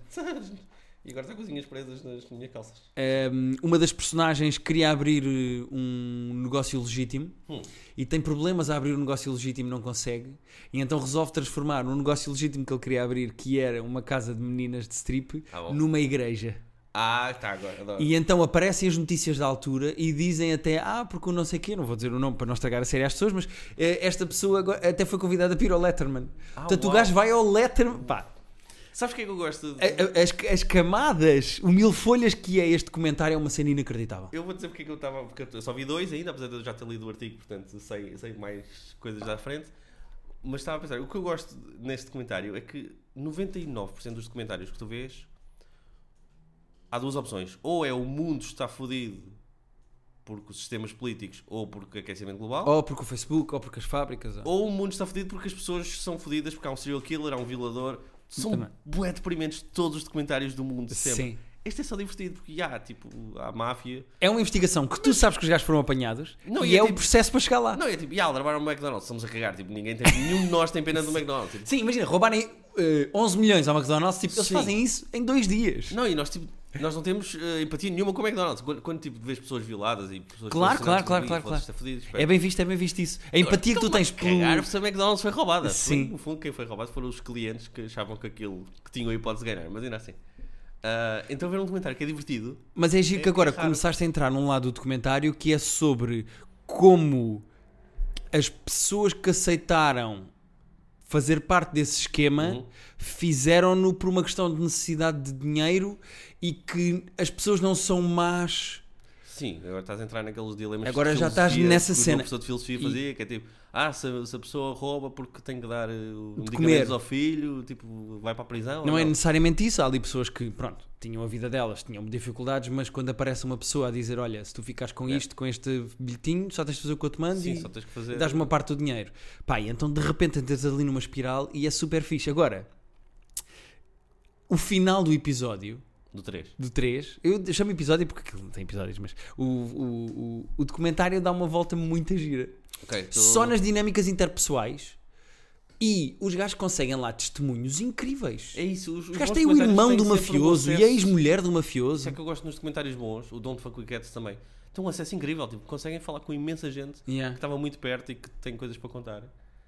E agora está com as unhas presas nas minhas calças. Um, uma das personagens queria abrir uh, um negócio legítimo Hum. e tem problemas a abrir um negócio legítimo e não consegue, e então resolve transformar um negócio legítimo que ele queria abrir, que era uma casa de meninas de strip, Ah, bom. numa igreja. Ah, está agora, adoro. E então aparecem as notícias da altura e dizem até: ah, porque o não sei quê, não vou dizer o nome para não estragar a série às pessoas, mas eh, esta pessoa agora até foi convidada para ir ao Letterman. Ah, Portanto, o uau. gajo vai ao Letterman. Pá, Sabes o que é que eu gosto? De... a- a- as, as camadas, o mil folhas que é este comentário é uma cena inacreditável. Eu vou dizer porque é que eu estava. Porque eu só vi dois ainda, apesar de eu já ter lido o artigo, portanto sei, sei mais coisas à frente. Mas estava a pensar, o que eu gosto neste documentário é que noventa e nove por cento dos documentários que tu vês, há duas opções. Ou é o mundo está fodido porque os sistemas políticos ou porque aquecimento global, Ou porque o Facebook, ou porque as fábricas. Ou... ou o mundo está fodido porque as pessoas são fodidas porque há um serial killer, há um violador. São Também. bué deprimentes todos os documentários do mundo, sempre. Sim. Este é só divertido porque há, tipo, há máfia. É uma investigação que tu sabes que os gajos foram apanhados Não, e, e é é o tipo- processo para chegar lá. Não, é tipo, e levaram o McDonald's, estamos a cagar, tipo, ninguém tem, nenhum de nós tem pena do McDonald's. Tipo, Sim, imagina, roubarem eh, onze milhões ao McDonald's, tipo, eles Sim. fazem isso em dois dias. não, e nós, tipo, nós não temos eh, empatia nenhuma com o McDonald's. Quando, quando tipo, vês pessoas violadas e pessoas Claro, assassinadas, claro, tipo, claro, "Ih, claro, foda-se, está fodido, É espera." bem visto, é bem visto isso. A empatia que tu Estão-me tens a cagar pelo... se a McDonald's foi roubada. Sim. No fundo, quem foi roubado foram os clientes que achavam que aquilo que tinham a hipótese de ganhar, mas ainda assim. Ah, então ver um documentário que é divertido. Mas é giro É- que agora é raro. começaste a entrar num lado do documentário que é sobre como as pessoas que aceitaram fazer parte desse esquema Uhum. fizeram-no por uma questão de necessidade de dinheiro e que as pessoas não são más. Sim, agora estás a entrar naqueles dilemas Agora de já estás filosofia nessa que o cena. professor de filosofia fazia, que é tipo, ah, se, se a pessoa rouba porque tem que dar uh, medicamentos comer. ao filho, tipo, vai para a prisão. Não ou é necessariamente isso. Há ali pessoas que, pronto, tinham a vida delas, tinham dificuldades, mas quando aparece uma pessoa a dizer, olha, se tu ficares com É. isto, com este bilhetinho, só tens de fazer o que eu te mando Sim, e só tens que fazer. dás-me uma parte do dinheiro. Pá, e então de repente entras ali numa espiral e é super fixe. Agora, o final do episódio, Do três. do três, eu chamo episódio porque aquilo não tem episódios, mas o, o, o, o documentário dá uma volta muito gira. Okay, tô... Só nas dinâmicas interpessoais. E os gajos conseguem lá testemunhos incríveis. É isso, os, Os os gajos bons têm o documentários irmão têm do sempre um mafioso e a acesso- ex-mulher do Isso mafioso. é que eu gosto nos documentários bons, o Don't Fuck With Cats também. Tem um acesso incrível, tipo, conseguem falar com imensa gente Yeah. que estava muito perto e que tem coisas para contar.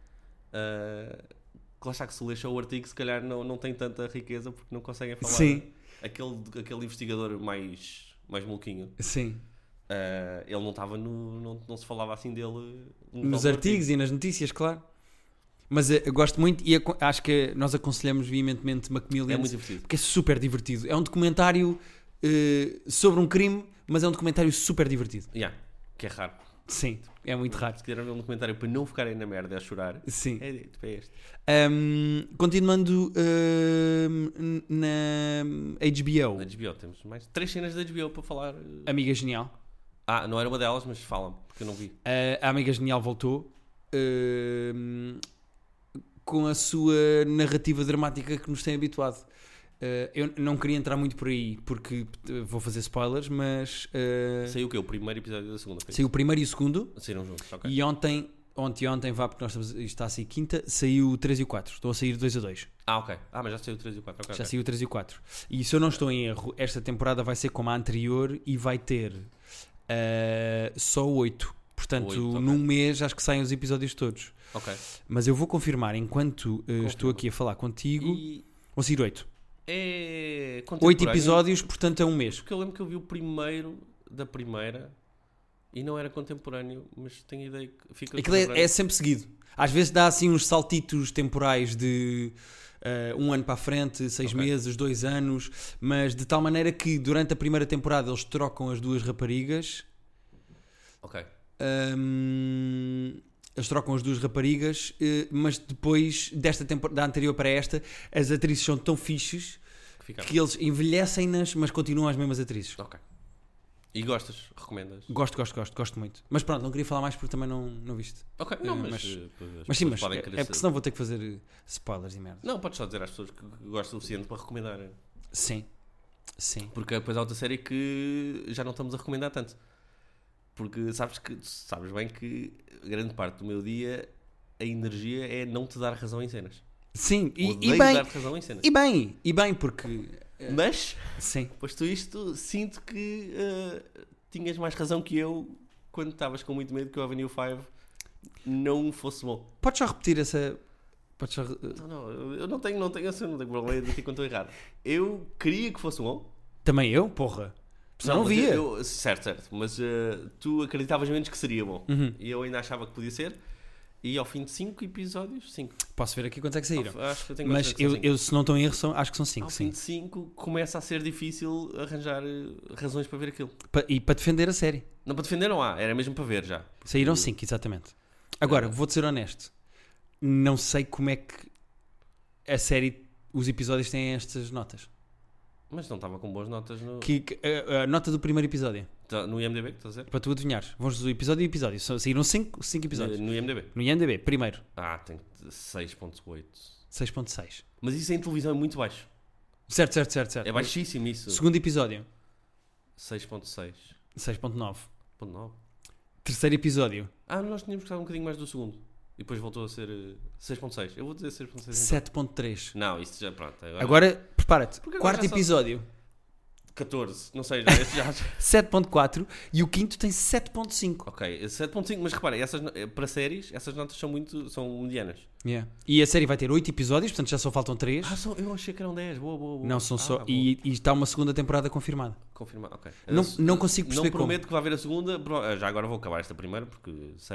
Uh, que lá está que se lê só o artigo, se calhar não, não tem tanta riqueza porque não conseguem falar. Sim, Aquele, aquele investigador mais, mais maluquinho, sim. uh, ele não estava no. Não, não se falava assim dele no Nos tal artigos e nas notícias, claro. Mas eh, eu gosto muito e aco- acho que nós aconselhamos veementemente Macmillan. É muito divertido. Porque é super divertido. É um documentário eh, sobre um crime, mas é um documentário super divertido. Yeah, que é raro. Sim, é muito raro. Se quiserem ver um documentário para não ficarem na merda a chorar, Sim. é, tipo, é este. Um, continuando um, na H B O, Na H B O temos mais três cenas da H B O para falar. uh, Amiga Genial. Ah, não era uma delas, mas falam, porque eu não vi. Uh, a Amiga Genial voltou um, com a sua narrativa dramática que nos tem habituado. Uh, eu não queria entrar muito por aí porque uh, vou fazer spoilers, mas uh, Saiu o quê? O primeiro episódio da segunda? Foi? saiu o primeiro e o segundo. Saíram juntos, ok. E ontem, ontem, ontem, vá, porque nós estamos, isto está a sair quinta, saiu o três e o quatro. Estou a sair dois a dois. Ah, ok. Ah, mas já saiu o três e o quatro, ok. Já ok. saiu o três e o quatro. E se eu não estou em erro, esta temporada vai ser como a anterior e vai ter uh, só oito. Portanto, Oito, ok. num mês acho que saem os episódios todos. Ok. Mas eu vou confirmar enquanto uh, estou Confirma. aqui a falar contigo. E Vão sair oito. é Oito contemporâneo, episódios, portanto é um mês. Porque eu lembro que eu vi o primeiro da primeira e não era contemporâneo, mas tenho ideia que fica Aquilo é, contemporâneo. é sempre seguido. Às vezes dá assim uns saltitos temporais de uh, um ano para a frente, seis Ok. meses, dois anos, mas de tal maneira que durante a primeira temporada eles trocam as duas raparigas. Ok. Hum, eles trocam as duas raparigas, eh, mas depois desta temporada, da anterior para esta, as atrizes são tão fixes Que fica. que eles envelhecem-nas, mas continuam as mesmas atrizes. Ok. E gostas? Recomendas? Gosto, gosto, gosto, gosto muito. Mas pronto, não queria falar mais porque também não, não viste. Ok, não, Eh, mas... mas- eh, pois, as Mas sim, pessoas mas podem é, querer é porque ser- senão vou ter que fazer eh, spoilers e merda. Não, podes só dizer às pessoas que gostam o suficiente para recomendar. Sim, sim. Porque depois há outra série que já não estamos a recomendar tanto. Porque sabes que sabes bem que grande parte do meu dia a energia é não te dar razão em cenas. Sim, e, Odeio e bem, dar razão em cenas. e bem, e bem, porque eh, Mas, sim, posto isto, sinto que eh, tinhas mais razão que eu quando estavas com muito medo que o Avenue cinco não fosse bom. podes só repetir essa. Podes só, eh, Não, não, eu não tenho, não tenho, eu não tenho problema de dizer quando estou errado. Eu queria que fosse bom. também eu, porra. Senão não mas via. eu- eu- certo, certo. Mas eh, tu acreditavas menos que seria bom. Uhum. E eu ainda achava que podia ser. E ao fim de cinco episódios, cinco. Posso ver aqui quantos é que saíram. Acho que eu tenho Mas quase certeza que eu, são cinco. eu, se não estou em erro, são, acho que são cinco, Ao sim. fim de cinco começa a ser difícil arranjar eh, razões para ver aquilo. Pa- e para defender a série. Não para defender não há, era mesmo para ver já. Saíram cinco, exatamente. Agora, É. vou-te ser honesto. Não sei como é que a série, os episódios têm estas notas. Mas não estava com boas notas no, Que, que- a, a nota do primeiro episódio, tá- no I M D B, que estás a dizer? para tu adivinhares. Vamos do episódio e episódio. Só- Saíram cinco, cinco episódios. No I M D B. No I M D B, primeiro, Ah, tem seis ponto oito. seis ponto seis. Mas isso em televisão é muito baixo. Certo, certo, certo, certo. É baixíssimo isso. Segundo episódio, seis ponto seis. seis ponto nove. Ponto nove. Terceiro episódio, Ah, nós tínhamos gostado um bocadinho mais do segundo. E depois voltou a ser eh, seis ponto seis. Eu vou dizer seis ponto seis. então. sete ponto três. Não, isso já, pronto. Agora, Agora, prepara-te. Porque agora Quarto já só- episódio, catorze. Não sei, já, esse já... sete ponto quatro. E o quinto tem sete ponto cinco. Ok, sete ponto cinco. Mas repara, essas, no- eh, para séries, essas notas são muito... São medianas. Yeah. E a série vai ter oito episódios, portanto já só faltam três. Ah, são, eu achei que eram dez. Boa, boa, boa. Não, são Ah, só. boa. E, e está uma segunda temporada confirmada. Confirmar, ok. Não- Eh, não consigo perceber Não prometo que vai haver a segunda. pro- eh, Já agora vou acabar esta primeira, porque seja.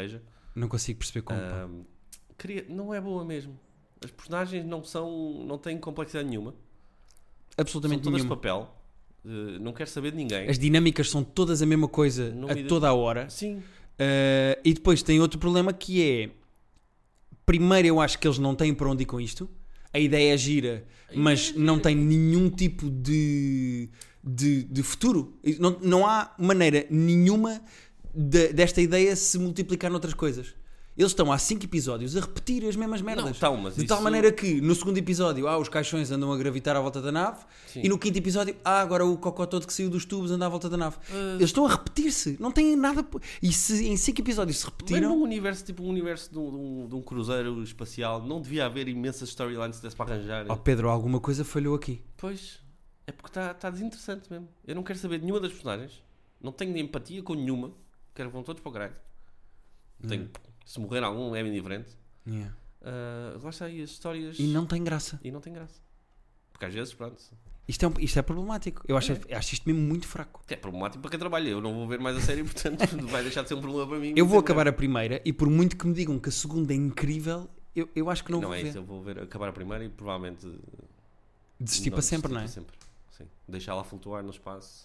Não consigo perceber como. pá. Ahm, queria, não é boa mesmo. As personagens não são, não têm complexidade nenhuma. Absolutamente São todas de nenhuma. papel. Uh, não quero saber de ninguém. As dinâmicas são todas a mesma coisa Não a me- toda a hora. Sim. Uh, e depois tem outro problema que é... Primeiro, eu acho que eles não têm para onde ir com isto. A ideia é gira, A ideia mas é não gira. tem nenhum tipo de, de, de futuro. Não, não há maneira nenhuma de- desta ideia se multiplicar noutras coisas. Eles estão há cinco episódios a repetir as mesmas merdas. Não, estão, mas de tal isso- maneira que no segundo episódio ah, os caixões andam a gravitar à volta da nave. Sim. E no quinto episódio ah, agora o cocó todo que saiu dos tubos anda à volta da nave. Uh, Eles estão a repetir-se. Não têm nada... po- E se em cinco episódios se Mas repetiram... num universo, tipo um universo de um, de um- de um cruzeiro espacial, não devia haver imensas storylines que desse para arranjar. Oh Pedro, alguma coisa falhou aqui. Pois, é porque está tá desinteressante mesmo. Eu não quero saber de nenhuma das personagens. Não tenho empatia com nenhuma. Quero que vão todos para o caralho. Tenho, se morrer algum é indiferente. Yeah. Uh, lá está aí as histórias. E não tem graça. E não tem graça. Porque às vezes, pronto, Isto é, um- isto é problemático. Eu acho, acho isto mesmo muito fraco. é problemático para quem trabalha. Eu não vou ver mais a série, portanto vai deixar de ser um problema para mim. Eu vou acabar a primeira e por muito que me digam que a segunda é incrível, eu, eu acho que não, Não, vou é ver. isso, eu vou ver, acabar a primeira e provavelmente Desistir para sempre, não é? desistir para sempre. Sim. Deixá-la flutuar no espaço,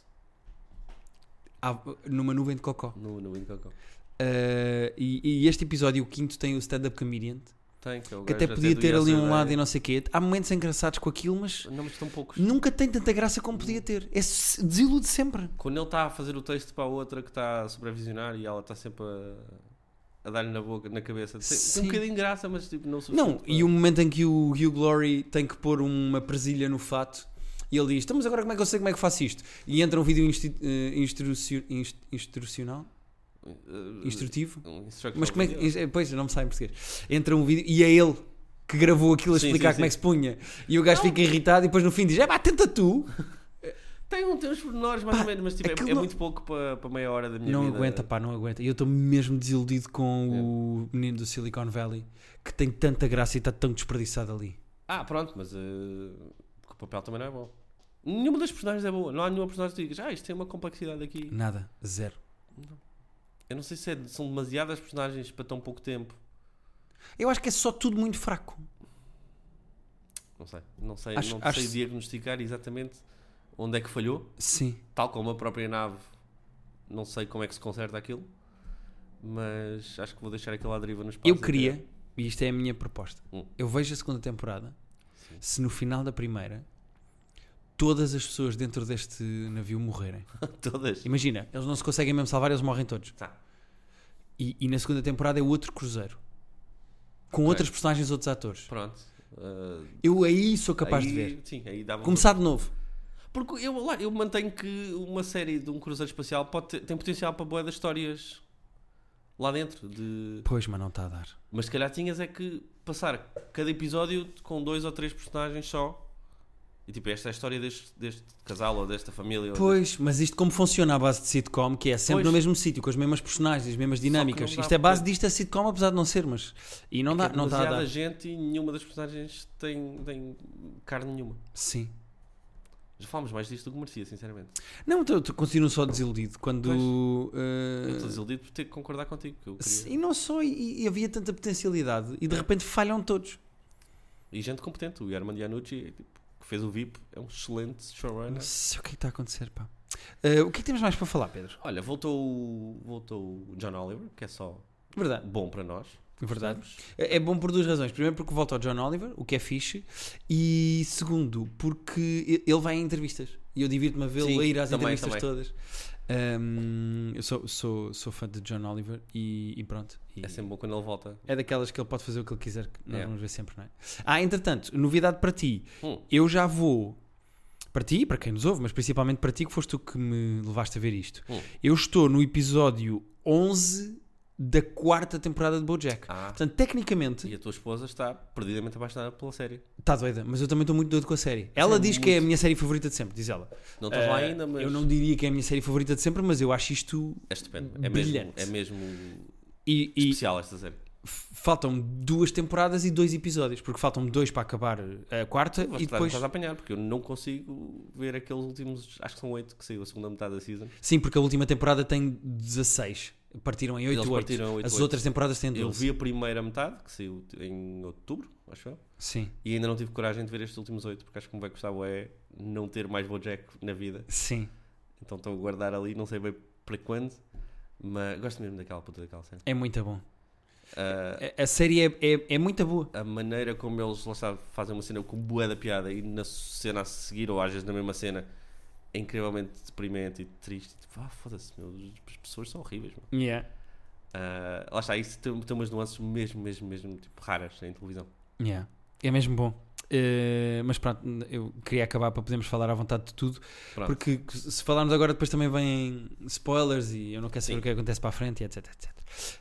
Há- numa nuvem de cocó. no, no Windcocó. Uh, e, e este episódio, o quinto, tem o stand-up comedian, Tem, que, é o que gajo até a podia dizer do ter ali um Yesterday. lado e não sei o quê. Há momentos engraçados com aquilo, mas Não, mas estão poucos. nunca tem tanta graça como podia ter. É, se- desilude sempre. Quando ele está a fazer o texto para a outra que está a supervisionar e ela está sempre a, a dar-lhe na boca, na cabeça. Tem, tem Sim. um bocadinho de graça, mas tipo, não suficiente Não, para- e o momento em que o Hugh Glory tem que pôr uma presilha no fato e ele diz, então, mas agora como é que eu sei como é que faço isto? E entra um vídeo insti- eh, instrucio- inst- instrucional, Uh, instrutivo, um instructional mas como é que, video. eh, pois, não me sai em português. Entra um vídeo e é ele que gravou aquilo a Sim, explicar sim, como é sim. que se punha. E o gajo fica irritado e depois no fim diz, é pá, tenta tu. Tem, um, tem uns pormenores mais Pá, ou menos, mas tipo, é, aquilo é não- muito pouco para, para meia hora da minha Não vida. aguenta, pá, não aguenta. E eu estou mesmo desiludido com o menino do Silicon Valley, que tem tanta graça e está tão desperdiçado ali. Ah, pronto, mas uh, o papel também não é bom. Nenhuma das personagens é boa. Não há nenhuma personagem que digas, ah, isto tem uma complexidade aqui. Nada, zero. Eu não sei se é- são demasiadas personagens para tão pouco tempo. Eu acho que é só tudo muito fraco. Não sei. Não sei, Acho- não acho- sei diagnosticar exatamente onde é que falhou. Sim. Tal como a própria nave. Não sei como é que se conserta aquilo. Mas acho que vou deixar aquilo à deriva no espaço. Eu queria, e isto é a minha proposta, Hum. eu vejo a segunda temporada, Sim. se no final da primeira todas as pessoas dentro deste navio morrerem. Todas. Imagina, eles não se conseguem mesmo salvar, eles morrem todos. Tá. E, e na segunda temporada é outro cruzeiro. Com Ok. outras personagens, outros atores. Pronto. Uh, Eu aí sou capaz aí, de ver. Sim, aí dava Começar de novo. Porque eu, lá, eu mantenho que uma série de um cruzeiro espacial pode ter- tem potencial para boa das histórias lá dentro. De... Pois, mas não está a dar. Mas se calhar tinhas é que passar cada episódio com dois ou três personagens só. E tipo, esta é a história deste, deste casal ou desta família. ou Pois, mas isto como funciona à base de sitcom, que é sempre Pois. no mesmo sítio, com as mesmas personagens, as mesmas dinâmicas. não dá Isto é base porque- disto, é sitcom, apesar de não ser, mas... E não dá, deste- não é está a demasiada dar. gente e nenhuma das personagens tem, tem carne nenhuma. Sim. Já falámos mais disto do que merecia, sinceramente. Não, eu eu continuo só desiludido quando... Pois. eh, Eu estou desiludido por ter que concordar contigo. Que eu queria... e não só, e, e havia tanta potencialidade e de repente falham todos. E gente competente. O Herman Iannucci, tipo, que fez o V I P, é um excelente showrunner. Não sei o que é que está a acontecer, pá. Eh, o que é que temos mais para falar, Pedro? Olha, voltou, o- voltou o John Oliver, que é só Verdade. bom para nós. Verdade. É é bom por duas razões. Primeiro porque volta ao John Oliver, o que é fixe. E segundo, porque ele vai em entrevistas. E eu divirto-me a vê-lo Sim, a ir às também, entrevistas também. todas. Um, eu sou, sou, sou fã de John Oliver e, e pronto. E É sempre bom quando ele volta. é daquelas que ele pode fazer o que ele quiser, que nós É. vamos ver sempre, não é? Ah, entretanto, novidade para ti. Hum, Eu já vou... Para ti e para quem nos ouve, mas principalmente para ti, que foste tu que me levaste a ver isto. hum. Eu estou no episódio onze da quarta temporada de BoJack. Ah, Portanto, tecnicamente, e a tua esposa está perdidamente apaixonada pela série. está doida, mas eu também estou muito doido com a série. Ela é diz que é a muito- minha série favorita de sempre, diz ela. Não estás lá Eh, ainda, mas Eu não diria que é a minha série favorita de sempre, mas eu acho isto... é estupendo. É mesmo, brilhante. é mesmo E, e especial esta série. f- faltam duas temporadas e dois episódios, porque faltam dois para acabar a quarta Vais e estar depois... a apanhar, porque eu não consigo ver aqueles últimos, acho que são oito que saiu a segunda metade da season. Sim, porque a última temporada tem dezasseis. Partiram em Eles oito partiram oito. oito As oito. outras temporadas têm Eu doze. vi a primeira metade, que saiu em outubro, acho eu. Sim, E ainda não tive coragem de ver estes últimos oito, porque acho que me vai custar é não ter mais BoJack na vida. sim. Então estou a guardar ali, não sei bem para quando, mas gosto mesmo daquela puta daquela cena. É muito bom. Uh, A, a série é, é, é muito boa. a maneira como eles lá está, fazem uma cena com bué da piada e na cena a seguir, ou às vezes na mesma cena, é incrivelmente deprimente e triste. E, tipo, ah, foda-se, meu, as pessoas são horríveis. Meu. Yeah. Uh, lá está, isso tem, tem umas nuances mesmo, mesmo, mesmo tipo, raras em televisão. Yeah. É mesmo bom. Uh, mas pronto, eu queria acabar para podermos falar à vontade de tudo. Pronto. Porque se falarmos agora, depois também vêm spoilers e eu não quero saber Sim. o que acontece para a frente, e etc, etcétera.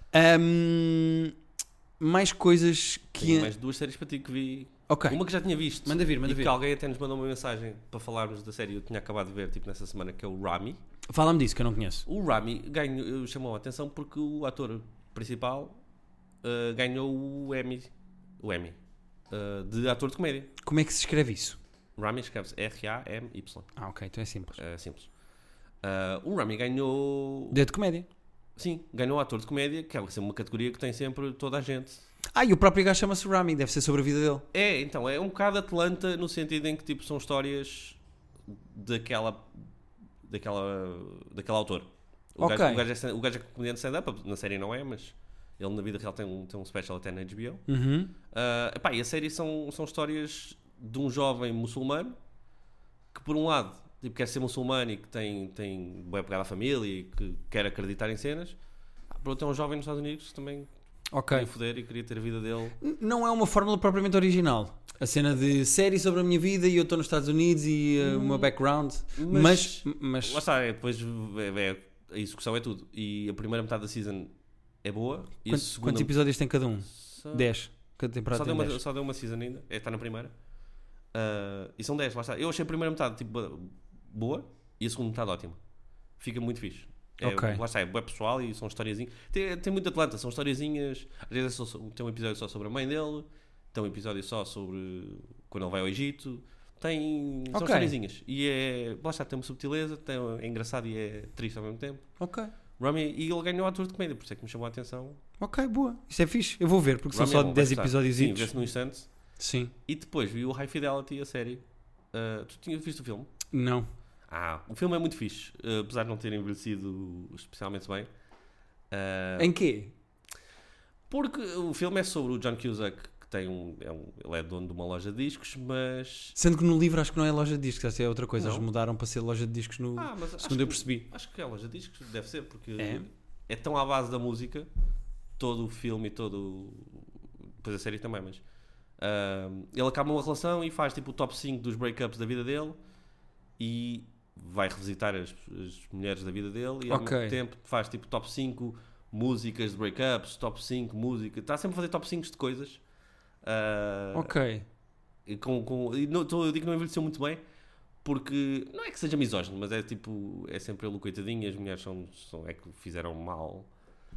Um, mais coisas que. Tenho mais duas séries para ti que vi. Ok, Uma que já tinha visto. manda vir, manda e vir. que alguém até nos mandou uma mensagem para falarmos da série. Eu tinha acabado de ver tipo, nessa semana, que é o Rami. Fala-me disso que eu não conheço. O Rami ganhou, chamou a atenção porque o ator principal uh, ganhou o Emmy, o Emmy uh, de ator de comédia. Como é que se escreve isso? Rami escreve-se R A M Y. Ah, ok, então é simples. É simples. Uh, o Rami ganhou. Dedo de comédia. Sim, ganhou ator de comédia, que é uma categoria que tem sempre toda a gente. Ah, e o próprio gajo chama-se Rami, deve ser sobre a vida dele. É, então, é um bocado Atlanta no sentido em que tipo, são histórias daquela. daquela. daquele autor. O, Ok. gajo, o, gajo é, stand- o gajo é comediante stand-up, na série não é, mas ele na vida real tem um, tem um special até na H B O. Uhum. Uh, epá, e a série são, são histórias de um jovem muçulmano que, por um lado, tipo, quer ser muçulmano e que tem, tem boa pegada à família e que quer acreditar em cenas. Ah, por outro, é um jovem nos Estados Unidos que também Ok. queria foder e queria ter a vida dele. N- Não é uma fórmula propriamente original. A cena de série sobre a minha vida e eu estou nos Estados Unidos e uh, o meu background. Mas. Mas- mas, Lá está, é, depois é, é- a execução é tudo. E a primeira metade da season é boa. E a quantos, segunda quantos episódios tem cada um? só, dez. Cada só, temporada deu tem uma, dez. só deu uma season ainda. É, está na primeira. Uh, e são dez, lá está. Eu achei a primeira metade tipo, boa e a segunda metade ótima. Fica muito fixe. É, Ok. Lá está, é boa pessoal e são historiazinhas. Tem, tem muito Atlanta, são historiazinhas. Às vezes é só- tem um episódio só sobre a mãe dele, tem um episódio só sobre quando ele vai ao Egito. Tem. São Ok. historiazinhas. E é. Lá está, tem uma subtileza, tem, é engraçado e é triste ao mesmo tempo. Ok. Rami, e ele ganhou ator de comédia, por isso é que me chamou a atenção. Ok, boa. Isso é fixe. Eu vou ver, porque Rami são é só bom, dez vai gostar. episódios. Sim, vê-se num instante. Sim. E depois vi o High Fidelity, a série. Uh, tu tinhas visto o filme? Não. Ah, o filme é muito fixe, uh, apesar de não ter envelhecido especialmente bem. Uh, Em quê? Porque o filme é sobre o John Cusack, que tem um, é um. Ele é dono de uma loja de discos, mas. Sendo que no livro acho que não é loja de discos, essa é outra coisa. Não. Eles mudaram para ser loja de discos no. Ah, mas acho segundo eu que- percebi. Acho que é a loja de discos, deve ser, porque É? é tão à base da música, todo o filme e todo. Depois a série também, mas. ah, ele acaba uma relação e faz tipo o top cinco dos breakups da vida dele e vai revisitar as, as mulheres da vida dele e ao Ok. mesmo tempo faz tipo top cinco músicas de breakups, top cinco música. Está sempre a fazer top cinco de coisas. Ah, Ok. e com, com, e não, tô- eu digo que não envelheceu muito bem porque não é que seja misógino, mas é tipo, é sempre ele o coitadinho, as mulheres são, são, é que fizeram mal,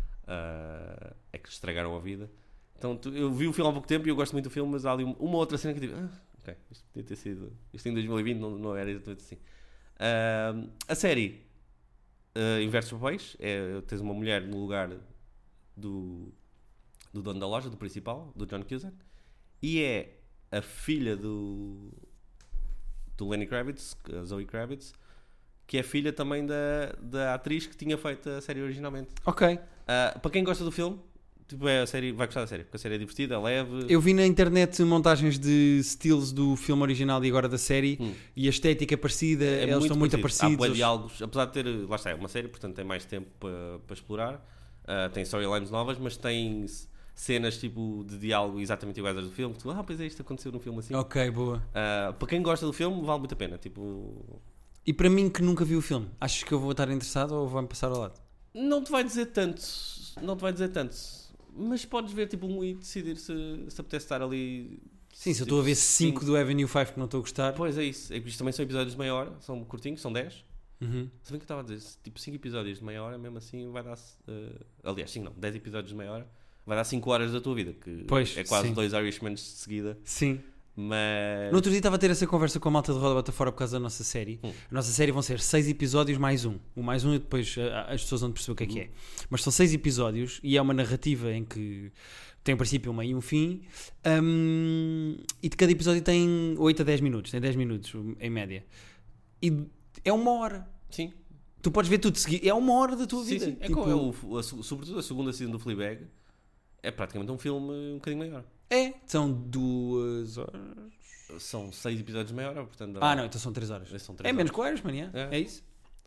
ah, é que estragaram a vida. Então tu- eu vi o filme há pouco tempo e eu gosto muito do filme, mas há ali uma outra cena que eu digo, ah, ok, isto podia ter sido, isto em dois mil e vinte não, não era exatamente assim. Ah, a série uh, inverte os papéis, é, tens uma mulher no lugar do, do dono da loja, do principal, do John Cusack, e é a filha do do Lenny Kravitz, a Zoe Kravitz, que é filha também da, da atriz que tinha feito a série originalmente. Ok. Ah, para quem gosta do filme, tipo, é a série, vai gostar da série, porque a série é divertida, é leve. Eu vi na internet montagens de steals do filme original e agora da série Hum. e a estética é parecida, É eles estão muito parecido. Há parecidos. bué diálogos, apesar de ter, lá está, é uma série, portanto tem mais tempo para, para explorar. Ah, tem storylines novas, mas tem c- cenas tipo de diálogo exatamente iguais às do filme. Tu, ah, pois é, isto aconteceu num filme assim. Ok, boa. Ah, para quem gosta do filme, vale muito a pena. Tipo, E para mim que nunca vi o filme, achas que eu vou estar interessado ou vai-me passar ao lado? não te vai dizer tanto, não te vai dizer tanto, mas podes ver tipo um e decidir se, se apetece estar ali. Sim, se eu estou a ver cinco cinco do Avenue cinco que não estou a gostar. Pois é isso, é que isto também são episódios de meia hora, são curtinhos, são dez. Uhum. Se bem que eu estava a dizer, tipo cinco episódios de meia hora, mesmo assim vai dar. Uh, aliás, cinco não, dez episódios de meia hora, vai dar cinco horas da tua vida, que Pois, é quase sim. dois Irishmans de seguida. Sim. Mas... No outro dia estava a ter essa conversa com a malta de Roda Bota Fora por causa da nossa série. Hum. A nossa série vão ser seis episódios mais um. O mais um e depois uh, as pessoas vão perceber o que é que é. Mas são seis episódios e é uma narrativa em que tem um princípio, um meio e um fim. Um, e de cada episódio tem oito a dez minutos. Tem dez minutos em média. E é uma hora. Sim. Tu podes ver tudo seguir. É uma hora da tua Sim, vida. sim. É Tipo, como é o, a, sobretudo a segunda season do Fleabag. É praticamente um filme um bocadinho maior. é, são duas horas. São seis episódios de meia hora, portanto... Ah, não, então são três horas. São três É menos horas. que o Irishman, é? É. É isso?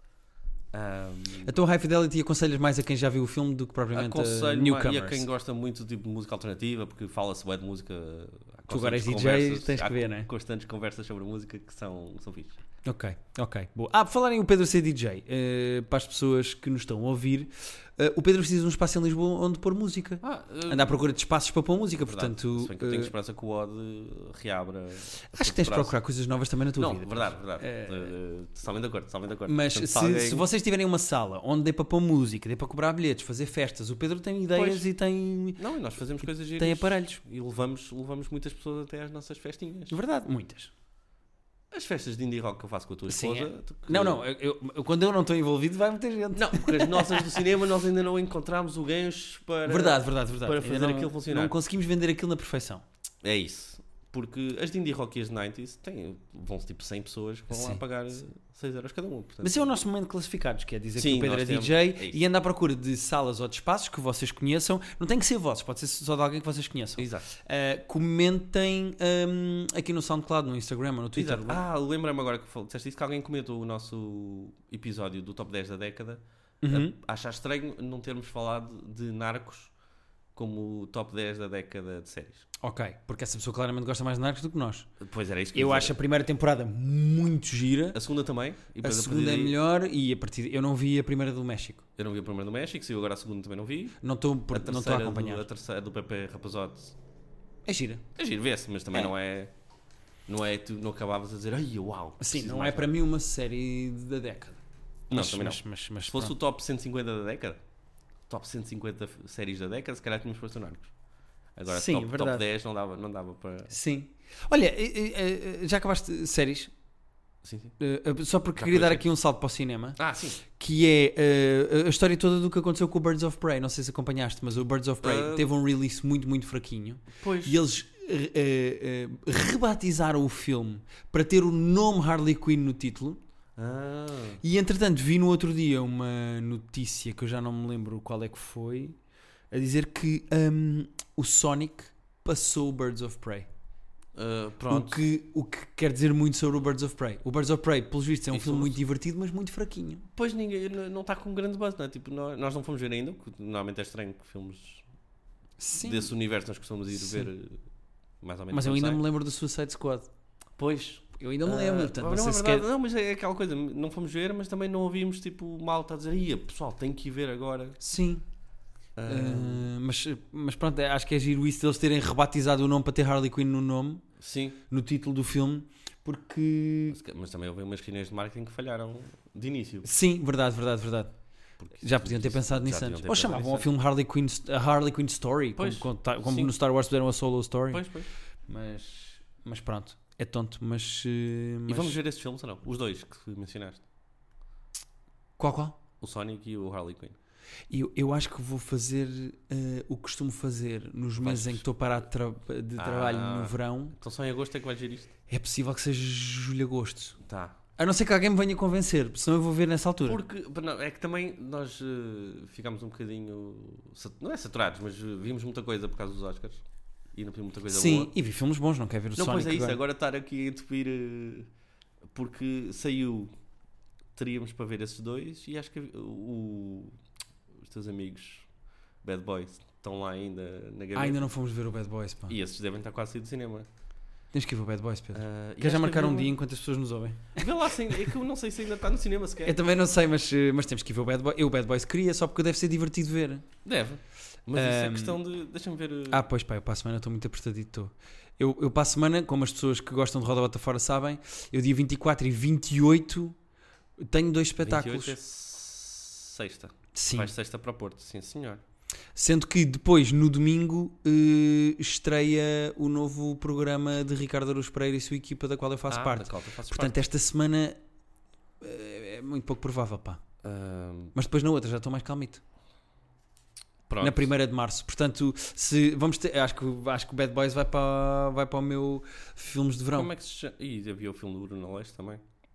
Um, A tua High Fidelity aconselhas mais a quem já viu o filme do que propriamente a aconselho newcomers. e a quem gosta muito tipo, de música alternativa, porque fala-se bem de música. Há Tu agora és constantes D J, conversas- tens que há ver, não é? constantes conversas sobre música que são, são fixe. Ok, ok. Boa. Ah, por falar em o Pedro ser D J, eh, para as pessoas que nos estão a ouvir, eh, o Pedro precisa de um espaço em Lisboa onde pôr música. Ah, Anda à procura de espaços para pôr música, verdade. portanto... Se bem que eu tenho eh, esperança que o Odd reabra. acho que tens de procurar coisas novas também na tua Não, vida. verdade, verdade. Eh, Uh, totalmente de acordo, totalmente de acordo. Mas Portanto, se, alguém- se vocês tiverem uma sala onde dê para pôr música, dê para cobrar bilhetes, fazer festas, o Pedro tem ideias Pois. e tem, Não, e nós fazemos coisas giras. tem aparelhos. E levamos, levamos muitas pessoas até às nossas festinhas. De verdade, muitas. As festas de indie rock que eu faço com a tua Sim, esposa. é. tu- que- Não, não, eu, eu- quando eu não estou envolvido vai muita gente. Não, porque as nossas do cinema nós ainda não encontramos o gancho para. Verdade, verdade, verdade. para Ainda fazer não, aquilo funcionar. Não conseguimos vender aquilo na perfeição. É isso. Porque as de indie rock e as de noventa têm, vão tipo cem pessoas que vão lá Sim, pagar seis euros cada um. Portanto, Mas é o nosso momento de classificados, que é dizer Sim, que o Pedro nós é temos- D J é isso. e anda à procura de salas ou de espaços que vocês conheçam. Não tem que ser vossos, pode ser só de alguém que vocês conheçam. Exato. Uh, comentem um, aqui no SoundCloud, no Instagram ou no Twitter. Exato. Ah, lembra-me agora que fal- disseste isso, que alguém comentou o nosso episódio do Top dez da década. Uhum. A- Achar estranho não termos falado de Narcos como o Top dez da década de séries. Ok, porque essa pessoa claramente gosta mais de Narcos do que nós. Pois era isso que Eu ia acho a dizer. primeira temporada muito gira, A segunda também. E a depois segunda é partir daí- melhor e a partir de... eu não vi a primeira do México. Eu não vi a primeira do México, saiu agora a segunda também não vi. Não estou por- A não estou a terceira, acompanhar. do, a terceira do Pepe Rapazote. É gira. É giro, vê-se, mas também É. não é. Não é, tu não acabavas a dizer, ai uau. Sim, preciso não é mais para nada." mim uma série da década. Não, Mas- também não. mas- mas- mas Se fosse pronto. o top cento e cinquenta da década, top cento e cinquenta f- séries da década, se calhar tínhamos posto o Narcos. Agora, Sim, top, verdade. top dez não dava, não dava para. Sim. Olha, eh, eh, eh, já acabaste séries? Sim, sim. Eh, eh, só porque Já queria dar acabei. aqui um salto para o cinema, Ah, sim. que é eh, a história toda do que aconteceu com o Birds of Prey. Não sei se acompanhaste, mas o Birds of Prey Ah. teve um release muito, muito fraquinho. Pois. E eles eh, eh, eh, rebatizaram o filme para ter o nome Harley Quinn no título. Ah, E entretanto vi no outro dia uma notícia que eu já não me lembro qual é que foi, a dizer que hum, o Sonic passou o Birds of Prey. ah, O pronto. que, o que quer dizer muito sobre o Birds of Prey. O Birds of Prey, pelos vistos, é um Isso- filme muito divertido, mas muito fraquinho. Pois ninguém não está com um grande buzz, não é? Tipo, nós, nós não fomos ver ainda, porque normalmente é estranho que filmes Sim. desse universo nós costumamos ir Sim. ver eh, mais ou menos. Mas eu quando ainda sai. me lembro do Suicide Squad. Pois. Eu ainda me lembro. Ah, Portanto, não, não, sei é se verdade. quer... Não, mas é aquela coisa, não fomos ver, mas também não ouvimos tipo malta a dizer, ia pessoal, tem que ir ver agora. Sim. Ah, Ah, mas, mas pronto, é- acho que é giro isso deles terem rebatizado o nome para ter Harley Quinn no nome, sim, no título do filme, porque... mas, mas também houve umas reuniões de marketing que falharam de início. Sim, verdade, verdade, verdade. Porque Já isso- podiam ter isso- pensado já nisso deviam antes. ter Ou pensado chamavam ao nisso filme Harley Quinn, a Harley Quinn Story, Pois, como, como, como sim. no Star Wars fizeram a Solo Story. Pois, pois. Mas, mas pronto, é tonto, mas... eh, E mas- vamos ver esses filmes ou não? Os dois que mencionaste. Qual, qual? O Sonic e o Harley Quinn. Eu, eu acho que vou fazer eh, o que costumo fazer nos meses em que estou parado de, tra- de Ah. trabalho no verão. Então só em agosto é que vai ver isto? É possível que seja julho-agosto. Tá. A não ser que alguém me venha convencer, senão eu vou ver nessa altura. Porque não, é que também nós eh, ficámos um bocadinho. sat- Não é saturados, mas eh, vimos muita coisa por causa dos Oscars. E não vimos muita coisa Sim, boa. e vi filmes bons, não quer ver o Não, Sonic pois é isso, agora. agora estar aqui a entupir. eh, Porque saiu. Teríamos para ver esses dois e acho que o, os teus amigos Bad Boys estão lá ainda na gaveta. Ah, ainda não fomos ver o Bad Boys, pá. E esses devem estar quase a sair do cinema. Temos que ir ver o Bad Boys, Pedro. Ah, e Quer já acho que marcar um havia dia enquanto as pessoas nos ouvem? uma- Vê lá, sem, é que eu não sei se ainda está no cinema sequer. Eu também não sei, mas, eh, mas temos que ir ver o Bad Boys. Eu o Bad Boys queria, só porque deve ser divertido ver. Deve. Mas isso é Ahm, questão de. Deixa-me ver. eh, Ah, pois pá, eu para a semana estou muito apertadito. estou. Eu, eu para a semana, como as pessoas que gostam de Roda Bota Fora sabem, eu dia vinte e quatro e vinte e oito tenho dois espetáculos. vinte e oito é sexta. Sim. Vais sexta para o Porto, sim senhor. Sendo que depois, no domingo, eh, estreia o novo programa de Ricardo Araújo Pereira e sua equipa, da qual eu faço Ah, parte. da qual tu fazes Portanto, parte. esta semana eh, é muito pouco provável, pá. Ahm, Mas depois na outra já estou mais calmito. pronto. Na primeira de março. Portanto, se vamos ter, acho que acho que o Bad Boys vai para vai para o meu filmes de verão. Como é que se chama? Ih, havia o filme do Bruno Leste também.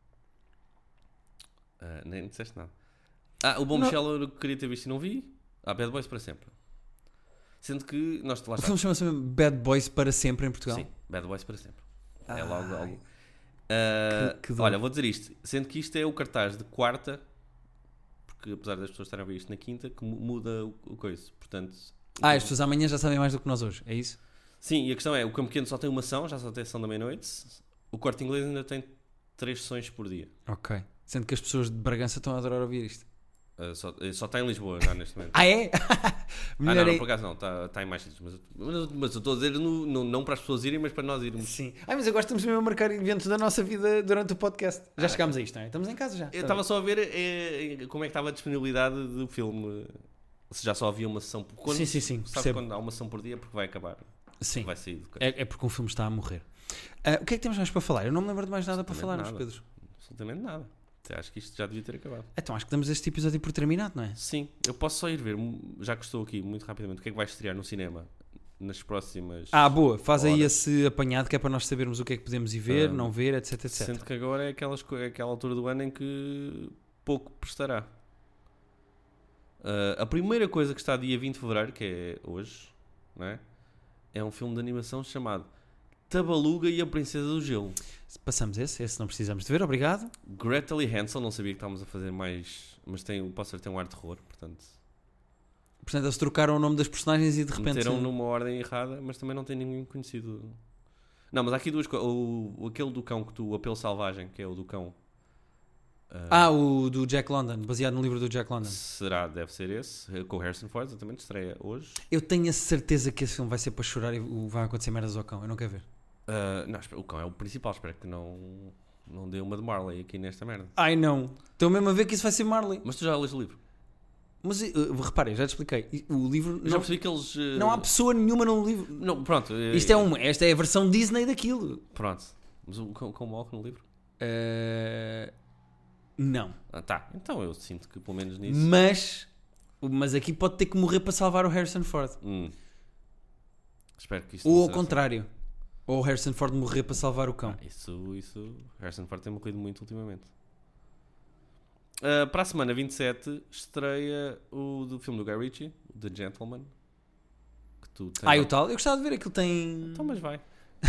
Ah, nem disseste nada. Ah, o Bom Não. Michel eu queria ter visto e não vi. Ah, Bad Boys para sempre. Sendo que nós lá O está. filme chama-se mesmo Bad Boys para sempre em Portugal. Sim, Bad Boys para sempre. É Ai. logo algo. Ah, Que- que dor. olha, vou dizer isto. Sendo que isto é o cartaz de quarta, porque apesar das pessoas estarem a ver isto na quinta, que mu- muda o, o coisa. Portanto, Ah, as pessoas amanhã já sabem mais do que nós hoje, é isso? sim, e a questão é: o Campo Pequeno só tem uma ação, já só tem ação da meia-noite. O Corte Inglês ainda tem três sessões por dia. Ok. Sendo que as pessoas de Bragança estão a adorar ouvir isto. Ah, só, só está em Lisboa já neste momento. Ah, é? Ah, Melhor não, não, é- por acaso não, está, está em mais sítios. Mas, mas, mas eu estou a dizer no, no- não para as pessoas irem, mas para nós irmos. Sim. Ah, mas agora estamos mesmo a marcar eventos da nossa vida durante o podcast. Já Ah, chegámos a isto, não é? Estamos em casa já. Eu estava só a ver eh, como é que estava a disponibilidade do filme. Se já só havia uma sessão por quando, Sim, sim, sim, Sabe percebo. quando há uma sessão por dia porque vai acabar. Sim. Vai sair do coisa. É, é porque um filme está a morrer. Ah, o que é que temos mais para falar? Eu não me lembro de mais nada para Absolutamente falar, nada. Pedro. Absolutamente nada. Até acho que isto já devia ter acabado. Então acho que damos este episódio por terminado, não é? Sim, eu posso só ir ver, já que estou aqui muito rapidamente, o que é que vai estrear no cinema nas próximas. Ah, boa. Faz aí Ora. esse apanhado que é para nós sabermos o que é que podemos ir ver, Ah, não ver, etc, etcétera. Sendo que agora é aquelas, co- é aquela altura do ano em que pouco prestará. Ah, a primeira coisa que está dia vinte de fevereiro, que é hoje, não é? É um filme de animação chamado Tabaluga e a Princesa do Gelo. Passamos esse, esse não precisamos de ver, obrigado. Gretel e Hansel, não sabia que estávamos a fazer mais, mas tem, o póster tem um ar de terror, portanto. Portanto, eles trocaram o nome das personagens e de repente... Meteram numa ordem errada, mas também não tem ninguém conhecido. Não, mas há aqui duas coisas. O, o- aquele do cão, que tu, o Apelo Selvagem, que é o do cão. Ah, o do Jack London, baseado no livro do Jack London. Será, deve ser esse, com o Harrison Ford, exatamente, estreia hoje. Eu tenho a certeza que esse filme vai ser para chorar e vai acontecer merdas ao cão, eu não quero ver. Ah, não, espera, o cão é o principal, espero que não, não dê uma de Marley aqui nesta merda. Ai não, estou mesmo a ver que isso vai ser Marley. Mas tu já lês o livro? Mas uh, reparem, já te expliquei, o livro... Eu já Não, percebi que eles. ah, não há pessoa nenhuma no livro. Não, pronto. eh, Isto é um, esta é a versão Disney daquilo. Pronto. Mas o cão, cão morre no livro? Uh, não. Ah, tá. Então eu sinto que pelo menos nisso. Mas, mas aqui pode ter que morrer para salvar o Harrison Ford. Hum. Espero que isto Ou não ao seja contrário. Ou o Harrison Ford morrer para salvar o cão. assim. Ah, isso, isso. Harrison Ford tem morrido muito ultimamente. Ah, para a semana vinte e sete estreia o do filme do Guy Ritchie, The Gentleman. Que tu tens. Ah, e o tal? Eu gostava de ver aquilo tem... Então, mas vai.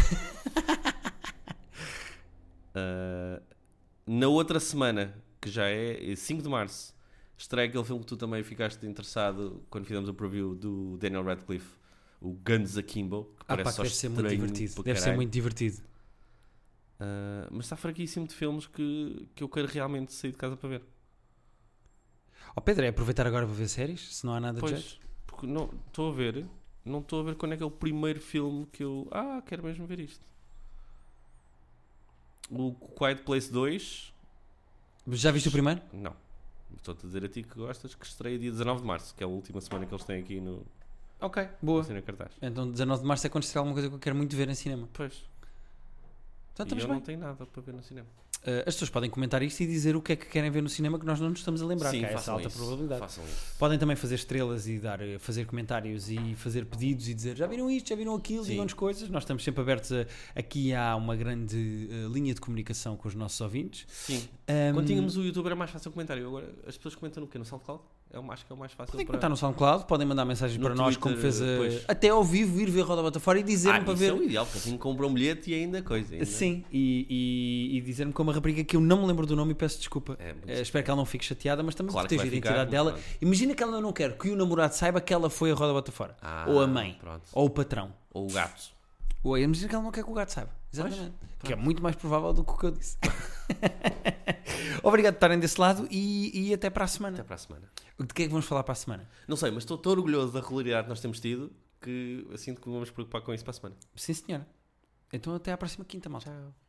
Ah, na outra semana, que já é cinco de março, estreia aquele filme que tu também ficaste interessado quando fizemos o preview do Daniel Radcliffe, o Guns Akimbo, que Ah, parece pá, só que deve ser muito estranho divertido. para Deve ser caralho. muito divertido. Ah, mas está fraquíssimo de filmes que, que eu quero realmente sair de casa para ver. Ó Pedro, é aproveitar agora para ver séries, se não há nada de jeito. Pois, porque não estou a ver, não estou a ver quando é que é o primeiro filme que eu. Ah, quero mesmo ver isto. O Quiet Place dois. Já viste o primeiro? Não. Estou-te a dizer a ti que gostas, que estreia dia dezanove de março, que é a última semana que eles têm aqui no, Ok, no boa. Cine Cartaz. Então dezanove de março é quando estreia alguma coisa que eu quero muito ver em cinema. Pois. Então E estamos eu bem. não tenho nada para ver no cinema. Uh, as pessoas podem comentar isto e dizer o que é que querem ver no cinema que nós não nos estamos a lembrar, Sim, que há essa façam alta isso. probabilidade. Façam isso. Podem também fazer estrelas e dar, eh, fazer comentários e fazer pedidos e dizer já viram isto, já viram aquilo, Sim. digam-nos coisas. Nós estamos sempre abertos a, aqui há uma grande eh, linha de comunicação com os nossos ouvintes. Sim. Um, Quando tínhamos o YouTube era mais fácil o comentário. Agora as pessoas comentam no quê? No SoundCloud? É o acho que é o mais fácil Podem para... comentar no SoundCloud, podem mandar mensagens No para nós, Twitter, como fez a, pois. até ao vivo, ir ver Roda Bota Fora e dizer-me Ah, para isso ver. é o ideal, porque assim compra um bilhete e ainda coisa. Ainda. Sim, e, e, e dizer-me com uma rapariga que eu não me lembro do nome e peço desculpa. É, muito Eh, espero que ela não fique chateada, mas também Claro que proteja a vai ficar, identidade dela. mas pronto. Imagina que ela não quer que o namorado saiba que ela foi a Roda Bota Fora. Ah, ou a mãe. Pronto. Ou o patrão. Ou o gato. Ou imagina que ela não quer que o gato saiba. Exatamente. Que é pronto. muito mais provável do que o que eu disse. Obrigado por estarem desse lado e, e até para a semana. Até para a semana. De que é que vamos falar para a semana? Não sei, mas estou tão orgulhoso da regularidade que nós temos tido que eu sinto que vamos preocupar com isso para a semana. Sim, senhora. Então até à próxima quinta, malta. Tchau.